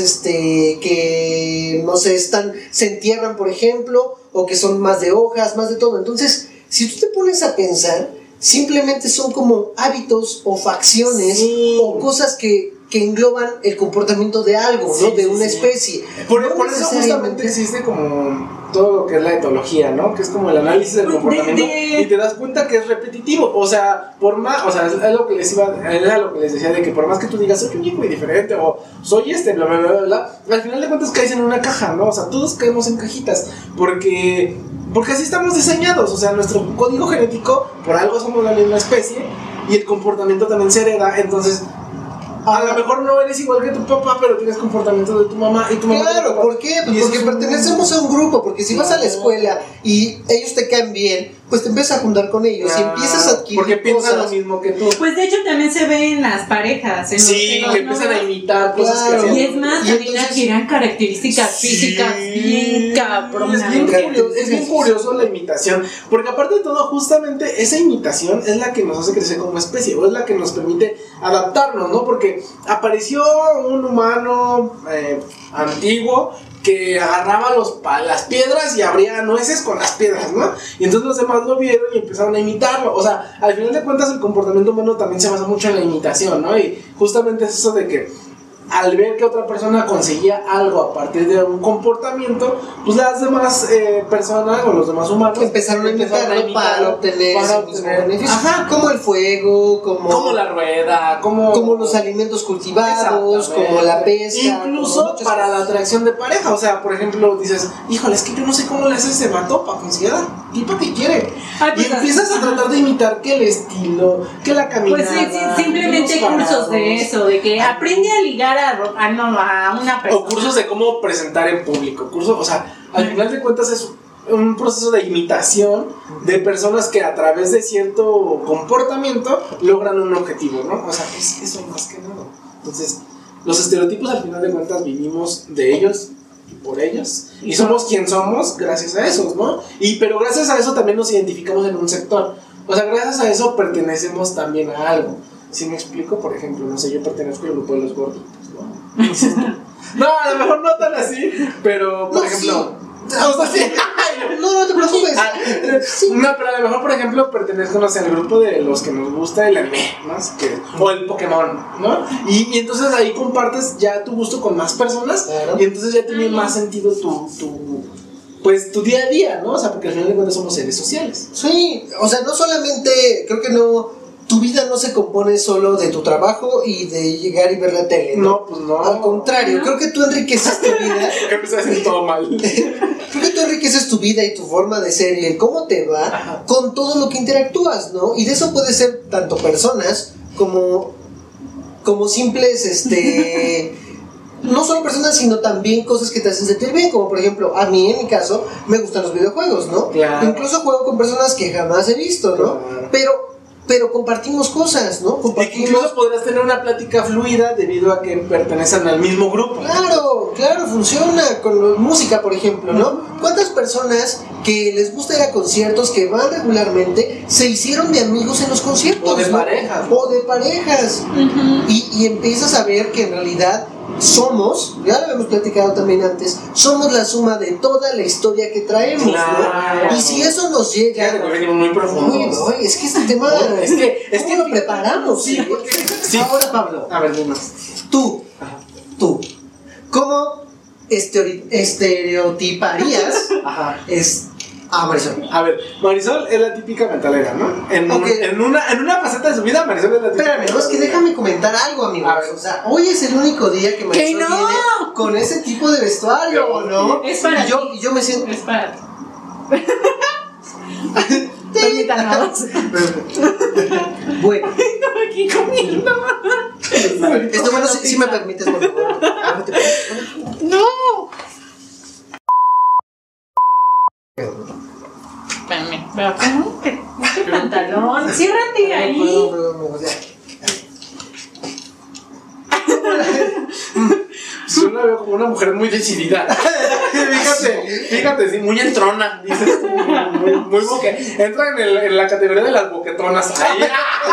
que no sé, se entierran, por ejemplo, o que son más de hojas, más de todo. Entonces, si tú te pones a pensar, simplemente son como hábitos o facciones, Sí. o cosas que engloban el comportamiento de algo, ¿no? Sí, De sí, una sí. especie. Por No eso justamente necesariamente- existe como todo lo que es la etología, ¿no? Que es como el análisis del comportamiento y te das cuenta que es repetitivo. O sea, es lo que era lo que les decía de que por más que tú digas soy único y diferente o soy bla bla bla bla, al final de cuentas caes en una caja, ¿no? O sea, todos caemos en cajitas porque así estamos diseñados. O sea, nuestro código genético, por algo somos la misma especie y el comportamiento también se hereda. Entonces, a lo mejor no eres igual que tu papá, pero tienes comportamiento de tu mamá y tu mamá. Claro, ¿por qué? Pues Y porque eso es pertenecemos a un grupo, porque si vas a la escuela y ellos te caen bien, pues te empiezas a juntar con ellos y empiezas a adquirir porque piensan cosas. lo mismo que tú. Pues de hecho también se ve en las parejas, en Sí, los que empiezan a novios. imitar cosas que Claro. hacían. Y es más, Y también entonces- adquieren características Sí. físicas bien cabronas. Es bien curioso la imitación, porque aparte de todo, justamente esa imitación es la que nos hace crecer como especie, o es la que nos permite adaptarnos, ¿no? Porque apareció un humano antiguo que agarraba las piedras y abría nueces con las piedras, ¿no? Y entonces los demás lo vieron y empezaron a imitarlo. O sea, al final de cuentas el comportamiento humano también se basa mucho en la imitación, ¿no? Y justamente es eso de que al ver que otra persona conseguía algo a partir de un comportamiento, pues las demás personas o los demás humanos empezaron a imitarlo para obtener ese mismo beneficio. Ajá. Como el fuego, como la rueda, como los alimentos cultivados, como la pesca. Incluso para la atracción de pareja. O sea, por ejemplo, dices, híjole, es que yo no sé cómo le hace ese vato para conseguir a tipo que quiere. Y empiezas a tratar de imitar que el estilo, que la caminada. Pues sí, simplemente cursos de eso, de que aprende a ligar a una persona. O cursos de cómo presentar en público. Cursos, o sea, al final de cuentas es un proceso de imitación de personas que a través de cierto comportamiento logran un objetivo, ¿no? O sea, eso más que nada. Entonces, los estereotipos al final de cuentas vivimos de ellos y por ellos. Y somos quien somos gracias a esos, ¿no? Pero gracias a eso también nos identificamos en un sector. O sea, gracias a eso pertenecemos también a algo. Si me explico, por ejemplo, no sé, yo pertenezco al grupo de los gorditos, ¿no? No, a lo mejor no tan así, pero por ejemplo... Sí. No te preocupes. Sí. No, pero a lo mejor, por ejemplo, pertenezco, no sé, al grupo de los que nos gusta el anime, ¿no? O el Pokémon, ¿no? Y entonces ahí compartes ya tu gusto con más personas, claro. Y entonces ya tiene más sentido tu día a día, ¿no? O sea, porque al final de cuentas somos seres sociales. Sí, o sea, no solamente, creo que no... Tu vida no se compone solo de tu trabajo y de llegar y ver la tele, ¿no? No, pues no. Al contrario, creo que tú enriqueces tu vida. Que me estoy haciendo todo mal. Creo que tú enriqueces tu vida y tu forma de ser y el cómo te va. Ajá. Con todo lo que interactúas, ¿no? Y de eso puede ser tanto personas como simples, no solo personas, sino también cosas que te hacen sentir bien, como por ejemplo, a mí en mi caso me gustan los videojuegos, ¿no? Claro. Incluso juego con personas que jamás he visto, ¿no? Claro. Pero compartimos cosas, ¿no? Incluso podrás tener una plática fluida debido a que pertenecen al mismo grupo. Claro, funciona con música, por ejemplo, ¿no? ¿Cuántas personas que les gusta ir a conciertos, que van regularmente, se hicieron de amigos en los conciertos? O de parejas. O de parejas. Uh-huh. Y empiezas a ver que en realidad somos, ya lo habíamos platicado también antes, somos la suma de toda la historia que traemos, claro. ¿no? Y si eso nos llega... Claro, venimos muy profundos. Es que este tema... es que lo preparamos. Sí, porque... Sí. Ahora, Pablo. A ver, dinos. Tú, ¿cómo estereotiparías a Marisol? A ver, Marisol es la típica metalera, ¿no? En una faceta de su vida, Marisol es la típica. Espérame, no, es que déjame comentar algo, amigos. O sea, hoy es el único día que Marisol viene con ese tipo de vestuario, ¿no? Es para ti. Y yo me siento... Es para ti. Permítanos. Bueno. Aquí comiendo. Esto, bueno, si me permites, por favor. No. Espérame, pero ¿cómo que este pantalón? Ciérrate ahí. Yo la veo como una mujer muy decidida. Fíjate, sí, muy entrona. Dices, muy boque. Entra en la categoría de las boquetonas. Ahí.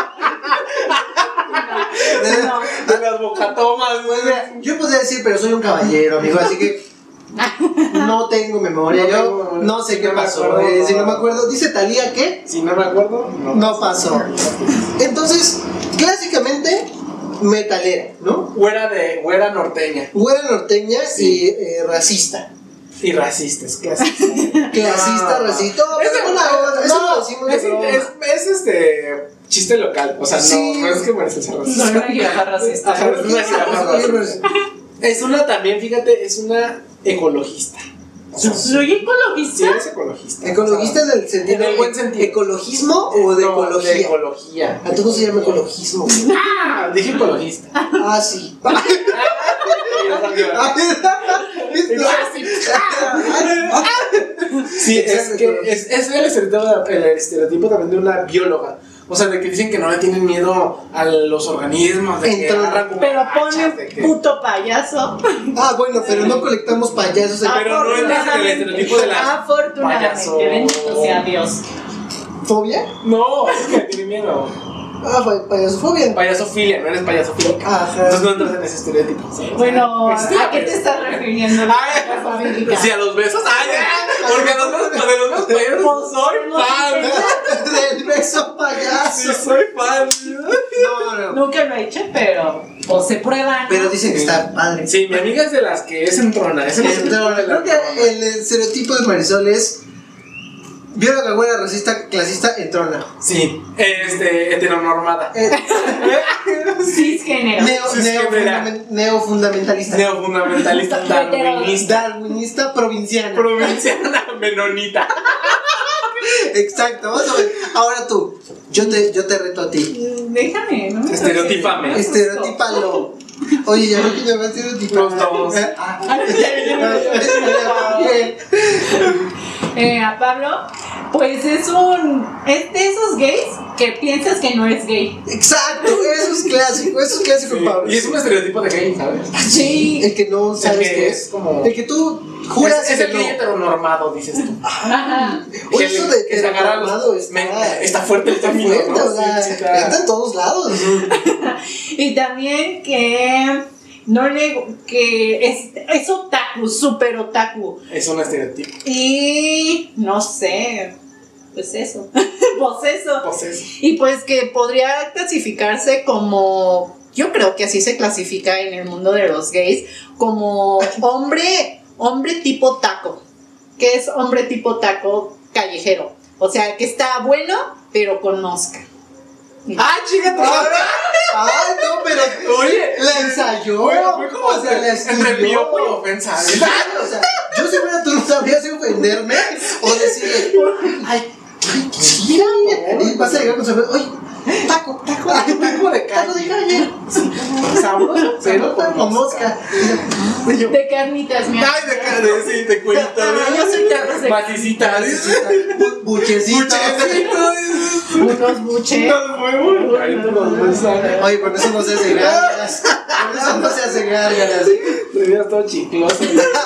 De las bocatomas. Pues mira, yo podría decir, pero soy un caballero, amigo, así que no tengo memoria. No sé qué pasó. Si no me acuerdo, dice Talía que si no me acuerdo, no pasó. Entonces, clásicamente metalera, ¿no? Güera norteña. Güera norteña, sí. Y racista. Y racista, es clasista. Clasista, racista. Eso lo decimos de broma. Es chiste local. O sea, sí. No es que merece ser racista. No, una jirafa racista. Ajá, es una jirafa racista. Es una también, fíjate, es una ecologista. O sea, ¿soy ecologista? Sí, eres ecologista. ¿Ecologista en el sentido? En el buen sentido. ¿Ecologismo o de ecología? De ecología. Entonces se llama ecologismo. Dije ecologista. Sí. Sí, es el estereotipo también de una bióloga. O sea, de que dicen que no le tienen miedo a los organismos, de que agarran como pero pone puto payaso. Bueno, pero no colectamos payasos. Pero no es el estereotipo de la afortunadamente, bendito sea Dios. ¿Fobia? No, es que tiene miedo. Payasofobia. Payasofilia, no eres payasofílica. Entonces no entras en ese estereotipo. Bueno, ¿a qué te estás refiriendo? Sí, a los besos. Porque a los besos payasos soy fan. Del beso payaso. Sí, soy fan. No. Nunca lo he hecho, pero o se prueba, ¿no? Pero dicen que está padre. Sí, mi amiga es de las que es entrona. Es Creo que el estereotipo de Marisol es bióloga buena, racista, clasista, entrona. Sí, heteronormada. Cisgénero. Neofundamentalista. Neofundamentalista, Darwinista, provinciana. provinciana, menonita. Exacto, vamos a ver. Ahora tú, yo te reto a ti. Déjame, ¿no? Estereotípame. Estereotípalo. Oye, ya no que me va a estereotipar. Los dos. A Pablo, pues es de esos gays que piensas que no es gay. Exacto, eso es clásico, Sí. Pablo. Y es un estereotipo de gay, ¿sabes? Sí. El que no sabes que qué es es. como- El que tú juras es que el gay heteronormado, dices tú. Ajá. Oye, eso de que se agarra heteronormado los- está fuerte el término, fuerte, ¿no? o sea, Sí, está. está en todos lados. Y también que es otaku, súper otaku. Es un estereotipo. Y no sé, pues eso. Pues eso. Pues eso. Y pues que podría clasificarse como, yo creo que así se clasifica en el mundo de los gays, como hombre tipo taco. ¿Qué es hombre tipo taco callejero? O sea, que está bueno, pero con mosca. ¡Ah, chica! Ay, no, pero Oye, la ensayó. fue como o sea, la entre escribió. piropo y ofensa. Sí, o sea, yo seguro tú no sabrías si ofenderme o decirle, ay, quisiera. Y vas a llegar con su oye, taco de calle. Sabroso, pero Con mosca. De carnitas, mi amor. Ay, de cuelito. Yo soy tacos de Basicita. Buchecito. unos buches. Oye, con eso no se hace gárgaras. Con eso no se hace gárgaras. Tenías todo chicloso.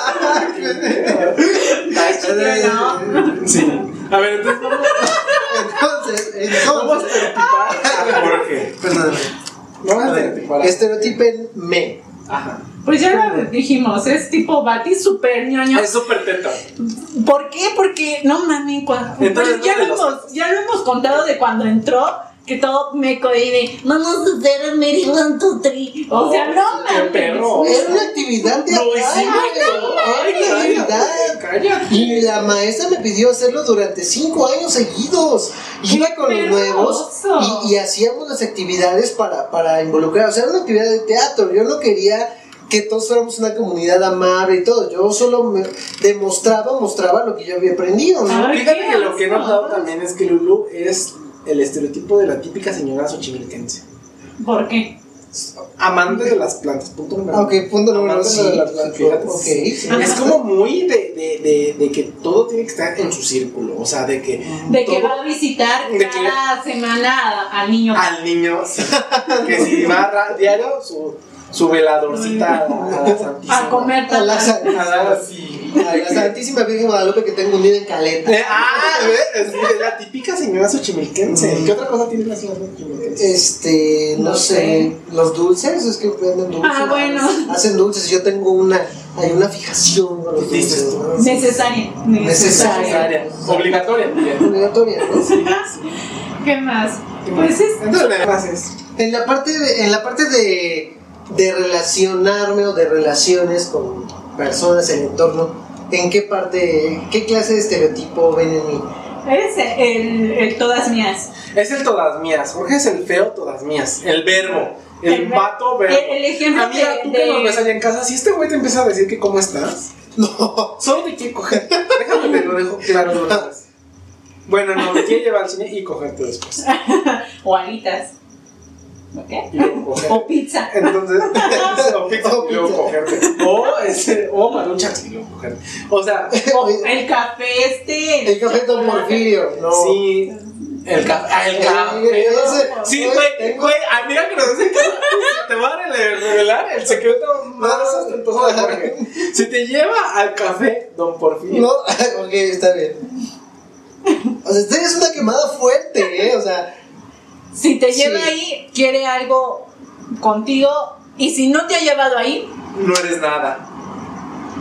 No. Sí. A ver, entonces vamos a estereotipar a Jorge. Perdóname. Vamos a estereotipar. Estereotípenme. Ajá. Pues ya lo dijimos, es tipo Bati súper ñoño. Es súper teto. ¿Por qué? Porque no mames, Entonces, pues ya lo hemos contado de cuando entró, que todo meco y de vamos a hacer Mary One, Two, Three. O sea, no qué mames. perro. Era una actividad de Lo acá, hicimos. era una actividad. Cállate. Y la maestra me pidió hacerlo durante 5 años seguidos. Iba con los nuevos y hacíamos las actividades para involucrar. O sea, era una actividad de teatro. Yo no quería que todos fuéramos una comunidad amable y todo. Yo solo mostraba lo que yo había aprendido, ¿no? Ay, Fíjate qué que lo que he asco. notado también es que Lulu es el estereotipo de la típica señora xochimilquense. ¿Por qué? Amante de las plantas. Punto número uno. Ok, punto número Amante sí. de las plantas. Fíjate. Ok, sí. Es como muy de que todo tiene que estar en su círculo. O sea, de que. De que todo- va a visitar de que- cada semana al niño. al niño. Que si va diario su veladorcita a la Santísima. A comer A la tapas. A dar así. A la Santísima Virgen Guadalupe que tengo unida en caleta. Es la típica señora xochimilquense. ¿Qué otra cosa tiene la señora xochimilquense? No sé, los dulces, es que venden dulces. Ah, bueno. Hacen dulces, yo tengo hay una fijación con los Dices dulces, tú. ¿no? Necesaria. Necesaria. Obligatoria. Obligatoria, ¿no? ¿Qué más? Pues es. Entonces, además es. En la parte de relacionarme o de relaciones con personas en el entorno, ¿qué clase de estereotipo ven en mí? Eres el todas mías. Es el todas mías. Jorge es el feo todas mías. El verbo. El vato verbo. El ejemplo Amiga, tú que nos ves allá en casa, si este güey te empieza a decir que cómo estás, No. solo te quiere coger. Déjame te lo dejo claro de una vez. Bueno, no, te quiere llevar al cine y cogerte después. O alitas. ¿Ok? Y luego cogerte. O pizza. Entonces, o pizza y luego cogerte. O maruchas y luego cogerte. O sea, O el café El café Don Porfirio, no. sí. El café. Ese- Sí, oye, güey, amiga que nos dice que te va a revelar el secreto más ostentoso de Jorge. Si te lleva al café Don Porfirio. No, ok, está bien. O sea, usted es una quemada fuerte, ¿eh? O sea, Si te lleva Sí. ahí, quiere algo contigo. Y si no te ha llevado ahí, No eres nada.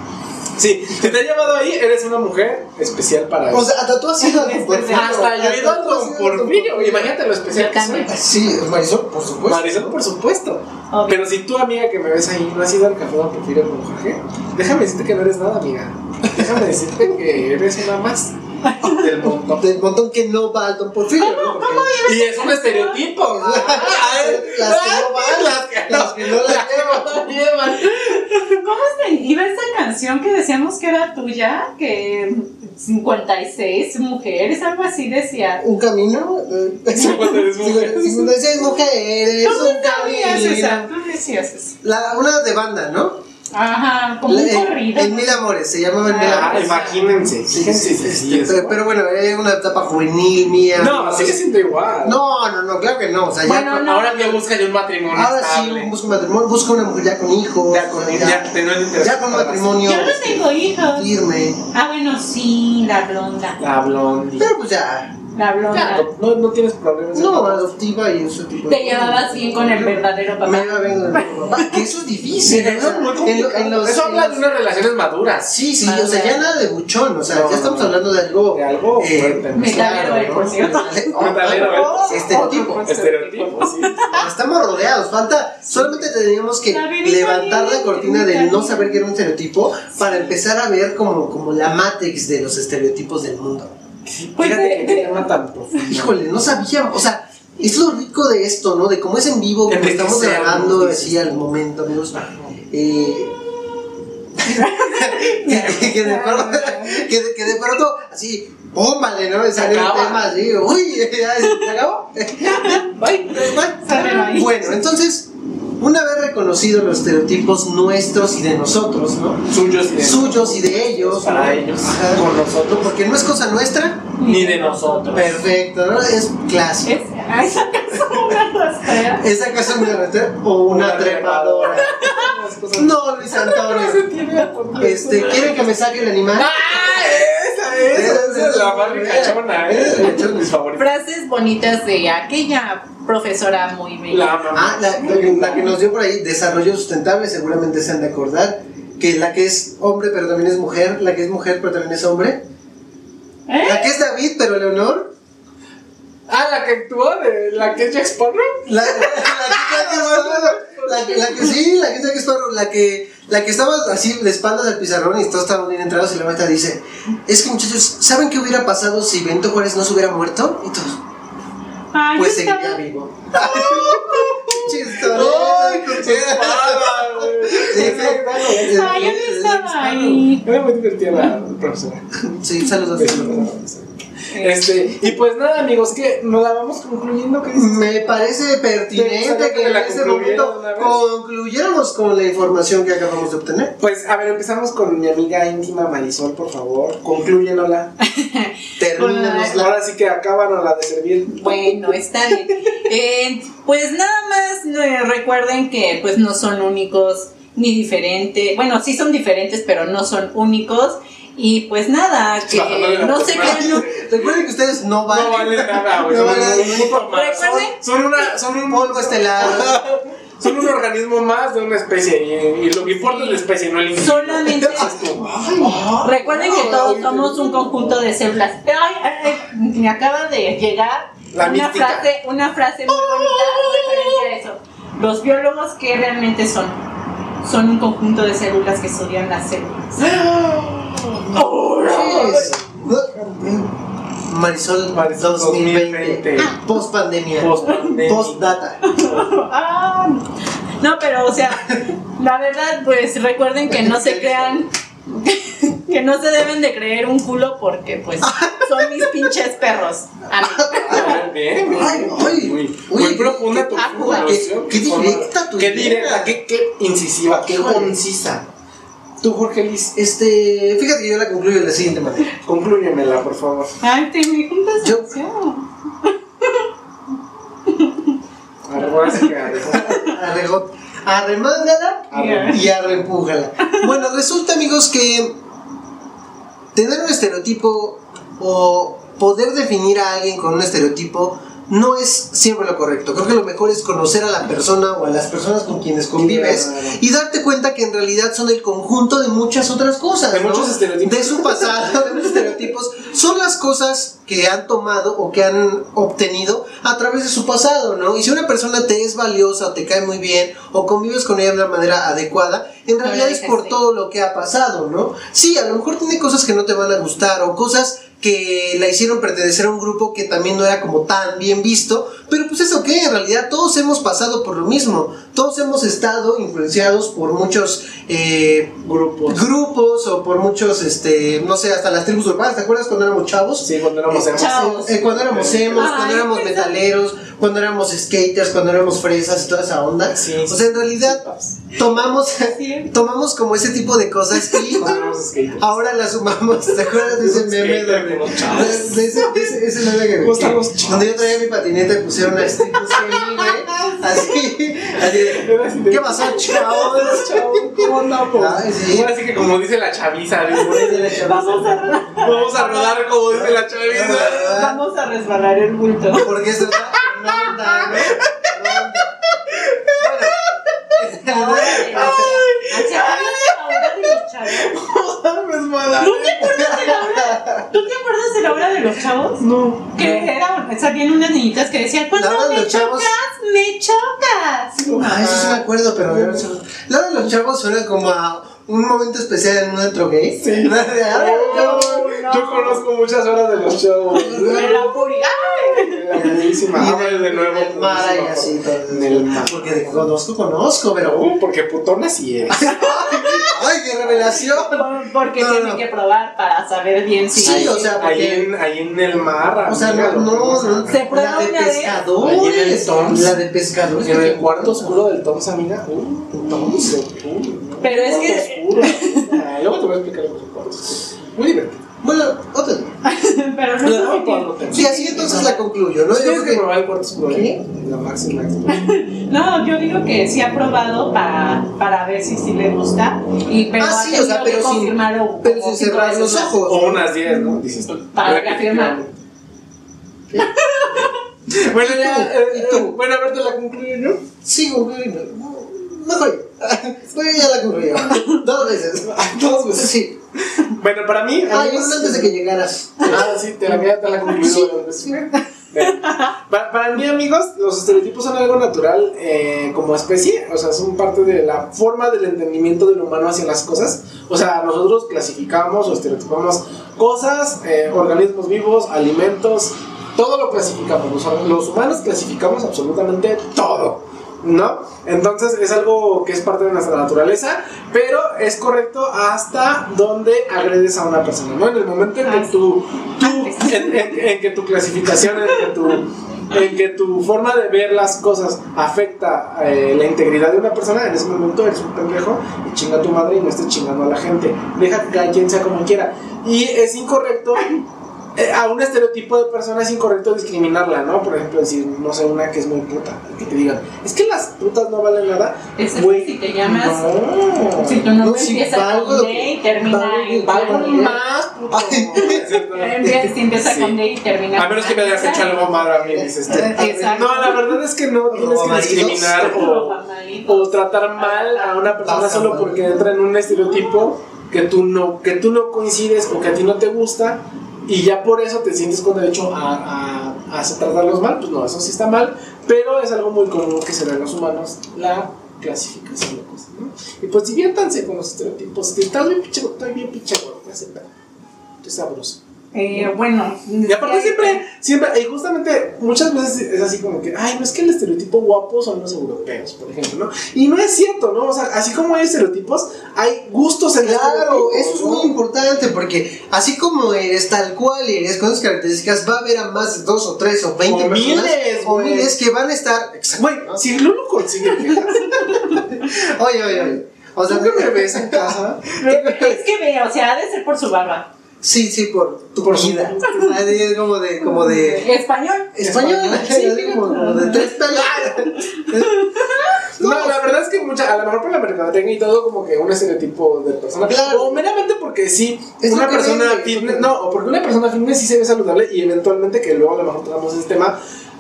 Sí, si te he llevado ahí, eres una mujer especial para él. O sea, hasta tú has ido a Don Porfirio. Hasta yo he ido a Don Porfirio. Imagínate lo especial que soy. Sí, Marisol, por supuesto. Marisol, por supuesto. Obvio. Pero si tú, amiga, que me ves ahí, no has ido al café Don Porfirio con Jorge, déjame decirte que no eres nada, amiga. Déjame decirte que eres una más del montón. Del montón que no va al Don Porfirio, ¿no? Porque Y es un estereotipo. las que no van, las que no la llevan. ¿Cómo se iba esa canción que decíamos que era tuya? Que 56 mujeres, algo así decía. ¿Un camino? 56 mujeres. 56 mujeres, ¿Cómo un sabías esa? camino. Tú decías eso. Una de banda, ¿no? Ajá, como un corrido. En Mil Amores, se llamaba El Mil Ah, Amores. imagínense. Fíjense si sí es. Pero bueno, era una etapa juvenil mía. No, sigue siendo igual. No, claro que no. O sea, Bueno, ya, no. Ahora que busca ya un matrimonio ahora sí, estable. busca un matrimonio, busca una mujer ya con hijos. Ya con ya con matrimonio Yo no tengo hijos. firme. Ah, bueno, sí, la blonda. La blondie. Pero pues ya. La blonda. Ya, no tienes problemas. No, adoptiva y ese tipo de Te llevabas bien con el verdadero papá. Me iba bien con el papá. Que eso es difícil. Eso es muy complicado. Eso habla de unas relaciones maduras. Sí, o sea, ya nada de buchón. O sea, No, ya estamos hablando de algo. De algo fuerte. Metalero, por cierto. Estereotipo. Estereotipo, sí. Estamos rodeados, falta. Solamente teníamos que La bebé levantar la caliente, cortina de no caliente. saber que era un estereotipo para empezar a ver como la matrix de los estereotipos del mundo. Pues Fíjate que qué tema tan profundo. Híjole, no sabíamos. O sea, es lo rico de esto, ¿no? De cómo es en vivo, como Enriquecer, estamos grabando ¿no? así al momento, amigos. Que de pronto, así, pómbale, ¿no? Sale un acaba. tema así, uy, ¿ya se acabó? Sale ahí. Bueno, entonces, una vez reconocidos los estereotipos nuestros y de nosotros, ¿no? Suyos y de ellos. Para ¿no? ellos. Ajá. Con nosotros. Porque no es cosa nuestra. Ni de nosotros. Perfecto, ¿no? Es clásico. Esa casa una rastrera. ¿Es acaso una ratera o una trepadora? No, Luis Antonio. ¿Quieren que me saque el animal? Esa es la fábrica chona, Esa es mis favoritos. Frases bonitas de aquella profesora muy bella. La mamá. La que nos dio por ahí, desarrollo sustentable, seguramente se han de acordar. Que la que es hombre pero también es mujer, la que es mujer pero también es hombre. La que es David pero Leonor. La que actuó de la que es Jack Sparrow. La que es Jack Sparrow, la que estaba así de espaldas al pizarrón y todos estaban bien entrados y la maestra dice, es que muchachos, ¿saben qué hubiera pasado si Benito Juárez no se hubiera muerto? Y todos, Ay, pues yo estaba- seguiría vivo. ¡Ay, con su espada, güey! Ay, yo no estaba ahí. Era muy divertida la profesora. Sí, saludos. Y pues nada, amigos, que nos la vamos concluyendo. ¿Qué dices? Me parece pertinente que en la este concluyera momento de una vez. concluyéramos con la información que acabamos de obtener. Pues a ver, empezamos con mi amiga íntima Marisol, por favor. Conclúyenosla. Termínanosla. Ahora sí que acábanosla de servir. Bueno, está bien. Pues nada más recuerden que pues no son únicos ni diferentes. Bueno, sí son diferentes, pero no son únicos. Y pues nada, que no se crean. Recuerden que ustedes no valen, No valen nada, güey. No Son valen un grupo más. Recuerden. Son un polvo estelar. Son un organismo más de una especie. Y lo que importa es la especie, no el individuo. Solamente recuerden que todos somos un conjunto de células. Me acaba de llegar La mística. una frase muy bonita referente a eso. Los biólogos, ¿qué realmente son? Son un conjunto de células que estudian las células. Marisol 2020. Post pandemia. Post data. No, pero o sea, la verdad, pues recuerden que no se crean, que no se deben de creer un culo porque pues son mis pinches perros. Bien. Ay, Muy profunda tu qué directa tu Qué idea. directa, qué incisiva, qué concisa. Tú, Jorge Liz, Fíjate que yo la concluyo de la siguiente manera. conclúyemela, por favor. Ay, te me juntas. Yo- Ahora sí que Arremángala y arrempújala. Bueno, resulta, amigos, que tener un estereotipo o poder definir a alguien con un estereotipo no es siempre lo correcto. Creo que lo mejor es conocer a la persona o a las personas con quienes convives y darte cuenta que en realidad son el conjunto de muchas otras cosas, de ¿no? muchos estereotipos. De su pasado, de muchos estereotipos. Son las cosas que han tomado o que han obtenido a través de su pasado, ¿no? Y si una persona te es valiosa o te cae muy bien o convives con ella de una manera adecuada, en realidad es por todo lo que ha pasado, ¿no? Sí, a lo mejor tiene cosas que no te van a gustar o cosas que la hicieron pertenecer a un grupo que también no era como tan bien visto, pero pues eso que en realidad todos hemos pasado por lo mismo, todos hemos estado influenciados por muchos grupos o por muchos, no sé, hasta las tribus urbanas. ¿Te acuerdas cuando éramos chavos? Sí, cuando éramos emos. Cuando éramos emos, cuando éramos metaleros, cuando éramos skaters, cuando éramos fresas y toda esa onda. Sí, o sea, en realidad tomamos como ese tipo de cosas y ahora las sumamos. ¿Te acuerdas de ese meme donde ese meme que donde yo traía mi patineta y pusieron a Steve Buscemi, güey? Así ¿qué pasó, chavos? ¿Cómo andamos? Sí. Así que como dice la chaviza, vamos a rodar como dice la chaviza. Vamos a resbalar el bulto. Porque eso está en onda, ¿no? ¿Tú te acuerdas de la obra de los chavos? No. Que salían unas niñitas que decían, cuando me chocas, me chocas. Eso sí me acuerdo, pero la de los chavos suena como a un momento especial en un antro gay. Sí. Yo conozco muchas horas de los chavos. De la puridad. De nuevo. En el mar y así. En el mar. Porque conozco, pero. Porque putona sí eres. ¡Ay, qué revelación! Porque tiene que probar para saber bien si. Sí, o sea, porque. Ahí en el mar. O sea, no. Se prueba la de una vez. pescadores. Ahí en el Toms. La de pescadores. En el cuarto oscuro del Toms, amiga. Toms. Pero es que. Luego te voy a explicar los cuartos. Muy divertido. Bueno, otro. Pero no es suficiente. Sí, así entonces la concluyo, ¿no? Tienes que probar el cuarto oscuro. La máxima. No, yo digo que sí ha probado para ver si sí le gusta. Pero sí, o sea, pero sin cerrar los ojos. O unas 10, ¿no? Dices tú. Para reafirmar. Bueno, ya. ¿Y tú? Bueno, a ver, te la concluyo, ¿no? Sí, concluyo. Mejor. Ya la concluyo. 2 veces. 2 veces. Sí. Bueno, para mí. Antes de que llegaras. Sí, te la concluyo. Sí. Para mí, amigos, los estereotipos son algo natural como especie. O sea, son parte de la forma del entendimiento del humano hacia las cosas. O sea, nosotros clasificamos o estereotipamos cosas, organismos vivos, alimentos. Todo lo clasificamos. Los humanos clasificamos absolutamente todo, ¿no? Entonces es algo que es parte de nuestra naturaleza, pero es correcto hasta donde agredes a una persona, ¿no? En el momento en que tu clasificación, en que tu forma de ver las cosas afecta la integridad de una persona, en ese momento eres un pendejo y chinga a tu madre y no estés chingando a la gente. Deja que cada quien sea como quiera. Y es incorrecto. A un estereotipo de persona es incorrecto discriminarla, ¿no? Por ejemplo, decir, no sé, una que es muy puta, que te digan, es que las putas no valen nada. Es que si te llamas, si tu nombre empieza con D y termina en valgo más, puto. Si empieza con D y termina. A menos que me hayas hecho algo malo a mí, dices. No, la verdad es que no tienes que discriminar o tratar mal a una persona solo porque entra en un estereotipo que tú no coincides o que a ti no te gusta. Y ya por eso te sientes con derecho a tratarlos mal. Pues no, eso sí está mal. Pero es algo muy común que se ve en los humanos, la clasificación de cosas, ¿no? Y pues diviértanse con los estereotipos. Que estás bien pinche, estoy bien pinche gordo, me hace pedo. Estoy sabroso. Bueno. Y aparte siempre, y justamente muchas veces es así como que, ay, no es que el estereotipo guapo son los europeos, por ejemplo, ¿no? Y no es cierto, ¿no? O sea, así como hay estereotipos, hay gustos en Claro, eso es muy importante porque así como eres tal cual y eres con esas características, va a haber a más de 2 o 3 o 20 personas o miles que van a estar. Güey, si Lulu consigue viejas. Oye. O sea, ¿tú que me ves en casa? Es que ve, o sea, ha de ser por su barba. Sí, por tu vida. Es como de Español. Sí, como de 3 pelos. No, la verdad es que a lo mejor por la mercadotecnia y todo, como que un estereotipo de persona. Claro. O meramente porque sí, es una persona fitness. No, o porque una persona fitness sí se ve saludable y eventualmente, que luego a lo mejor tratamos ese tema,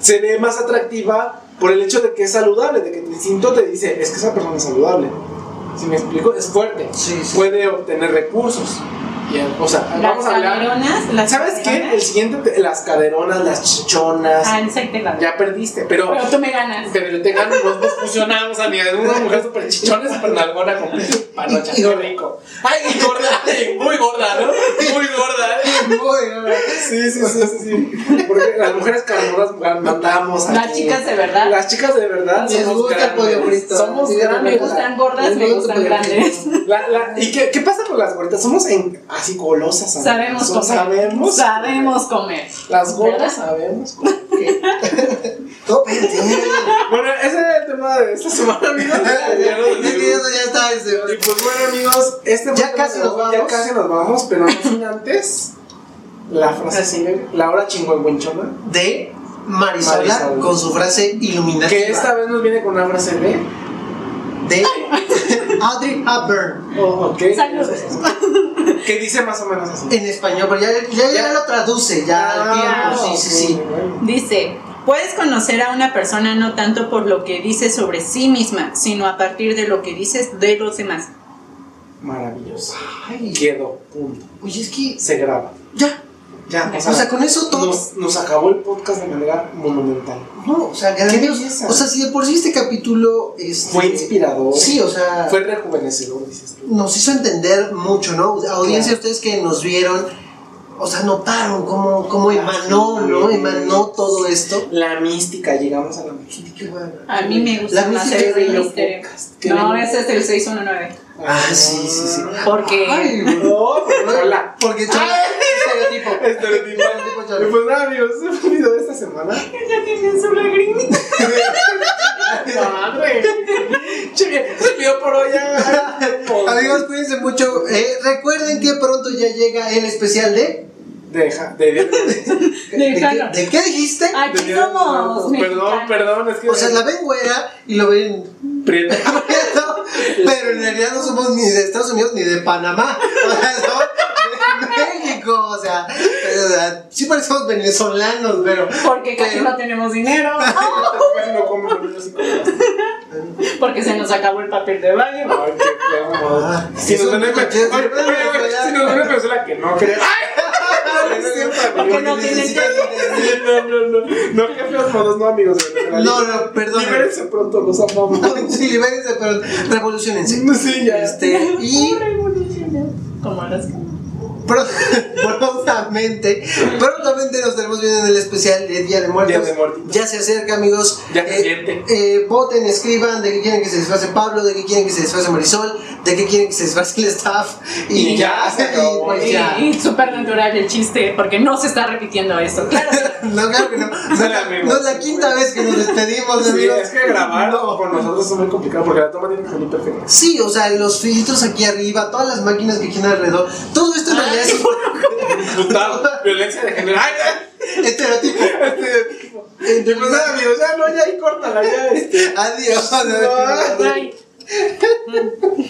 se ve más atractiva por el hecho de que es saludable, de que tu instinto te dice, es que esa persona es saludable. ¿Sí me explico? Es fuerte, Sí. puede obtener recursos. O sea, vamos a hablar. Las ¿Sabes qué? caderonas. El siguiente, las caderonas, las chichonas. Esa te la doy. Ya perdiste, pero Pero tú me ganas. pero yo te gano, nos fusionamos, amiga. Una mujer súper chichona, súper nalgona con panocha. Qué rico. Ay, y gorda, muy gorda, ¿no? Muy gorda, Sí. Porque las mujeres carnudas mandamos aquí. Las chicas de verdad. Las chicas de verdad Les somos gusta el pollo frito. Somos Sí, grandes. Me gustan gordas, me gustan grandes. ¿Y qué pasa con las gorditas? Somos así golosas. Sabemos comer. Sabemos comer. Las gordas ¿verdad? sabemos comer. Cópete. Bueno, ese es el tema de esta semana, amigos. Ya está ese. Y pues bueno, amigos, Ya casi nos vamos. Ya casi nos vamos, pero no sin antes la frase célebre, la hora chingüengüenchona, De Marisola Marisola. con su frase iluminativa. que esta vez nos viene con una frase de Audrey Hepburn. ok, Saludos. que dice más o menos así. En español, pero ya lo traduce, ya al tiempo. Sí. Bueno. Dice, puedes conocer a una persona no tanto por lo que dice sobre sí misma, sino a partir de lo que dices de los demás. Maravilloso. Ay, Quedó, punto. oye, es que Se graba. ya. O sea, con eso todo. Nos acabó el podcast de manera monumental. No, o sea, Qué grandioso. belleza. O sea, si de por sí este capítulo Fue inspirador. Sí, o sea, Fue rejuvenecedor, dices tú. nos hizo entender mucho, ¿no? Audiencia, Claro. ustedes que nos vieron, o sea, notaron cómo emanó, ¿no? Emanó todo esto. La mística, llegamos a la mística. Qué bueno. A mí me gusta La más música el de de los misterio. podcasts. No, ese es el 619. Sí. Porque Ay, No, hola. porque chola, estereotipo. Estereotipo. Estereotipo chola. Y pues nada, amigos, ese fue el video de esta semana. ya tiene su lagrimita. Madre. Che, bien, se pidió por hoy ya. Amigos, cuídense mucho. Recuerden que pronto ya llega el especial de Deja, Déjalo. ¿De qué dijiste? Aquí somos mexicanos. Perdón, es que. O sea, la ven güera y lo ven Prieta. pero en realidad no somos ni de Estados Unidos ni de Panamá. O sea, somos de México. O sea, sí parecemos venezolanos, pero. Porque casi no tenemos dinero. Casi no comen los niños y comen. Porque se nos acabó el papel de baño. Ay, qué feo. Si nos ven en Venezuela, que no creo. Porque no tienen No, qué feos modos, no, amigos de Venezuela. No, perdón. Libérense pronto, los amamos. Sí, libérense, pero revolucionense. Sí, ya. Y Como las prontamente nos estaremos viendo en el especial de Día de Muertos. Día de Muertos. Ya se acerca, amigos. Ya se siente. Voten, escriban de qué quieren que se disfrace Pablo, de qué quieren que se disfrace Marisol, de qué quieren que se disfrace el staff. Y ya se acabó. pues ya. Y súper natural el chiste, porque no se está repitiendo esto. Claro. No, claro que no. O sea, amigos. no es la quinta vez que nos despedimos, Sí, amigos. es que grabar No. con nosotros es muy complicado porque la toma tiene que salir perfecta. Sí, o sea, los filtros aquí arriba, todas las máquinas que giran alrededor, todo esto en realidad es Brutal, violencia de género. ¡Ay, estereotipo. Y pues nada, amigos, ya no, ya ahí córtala, ya. Adiós. Bye.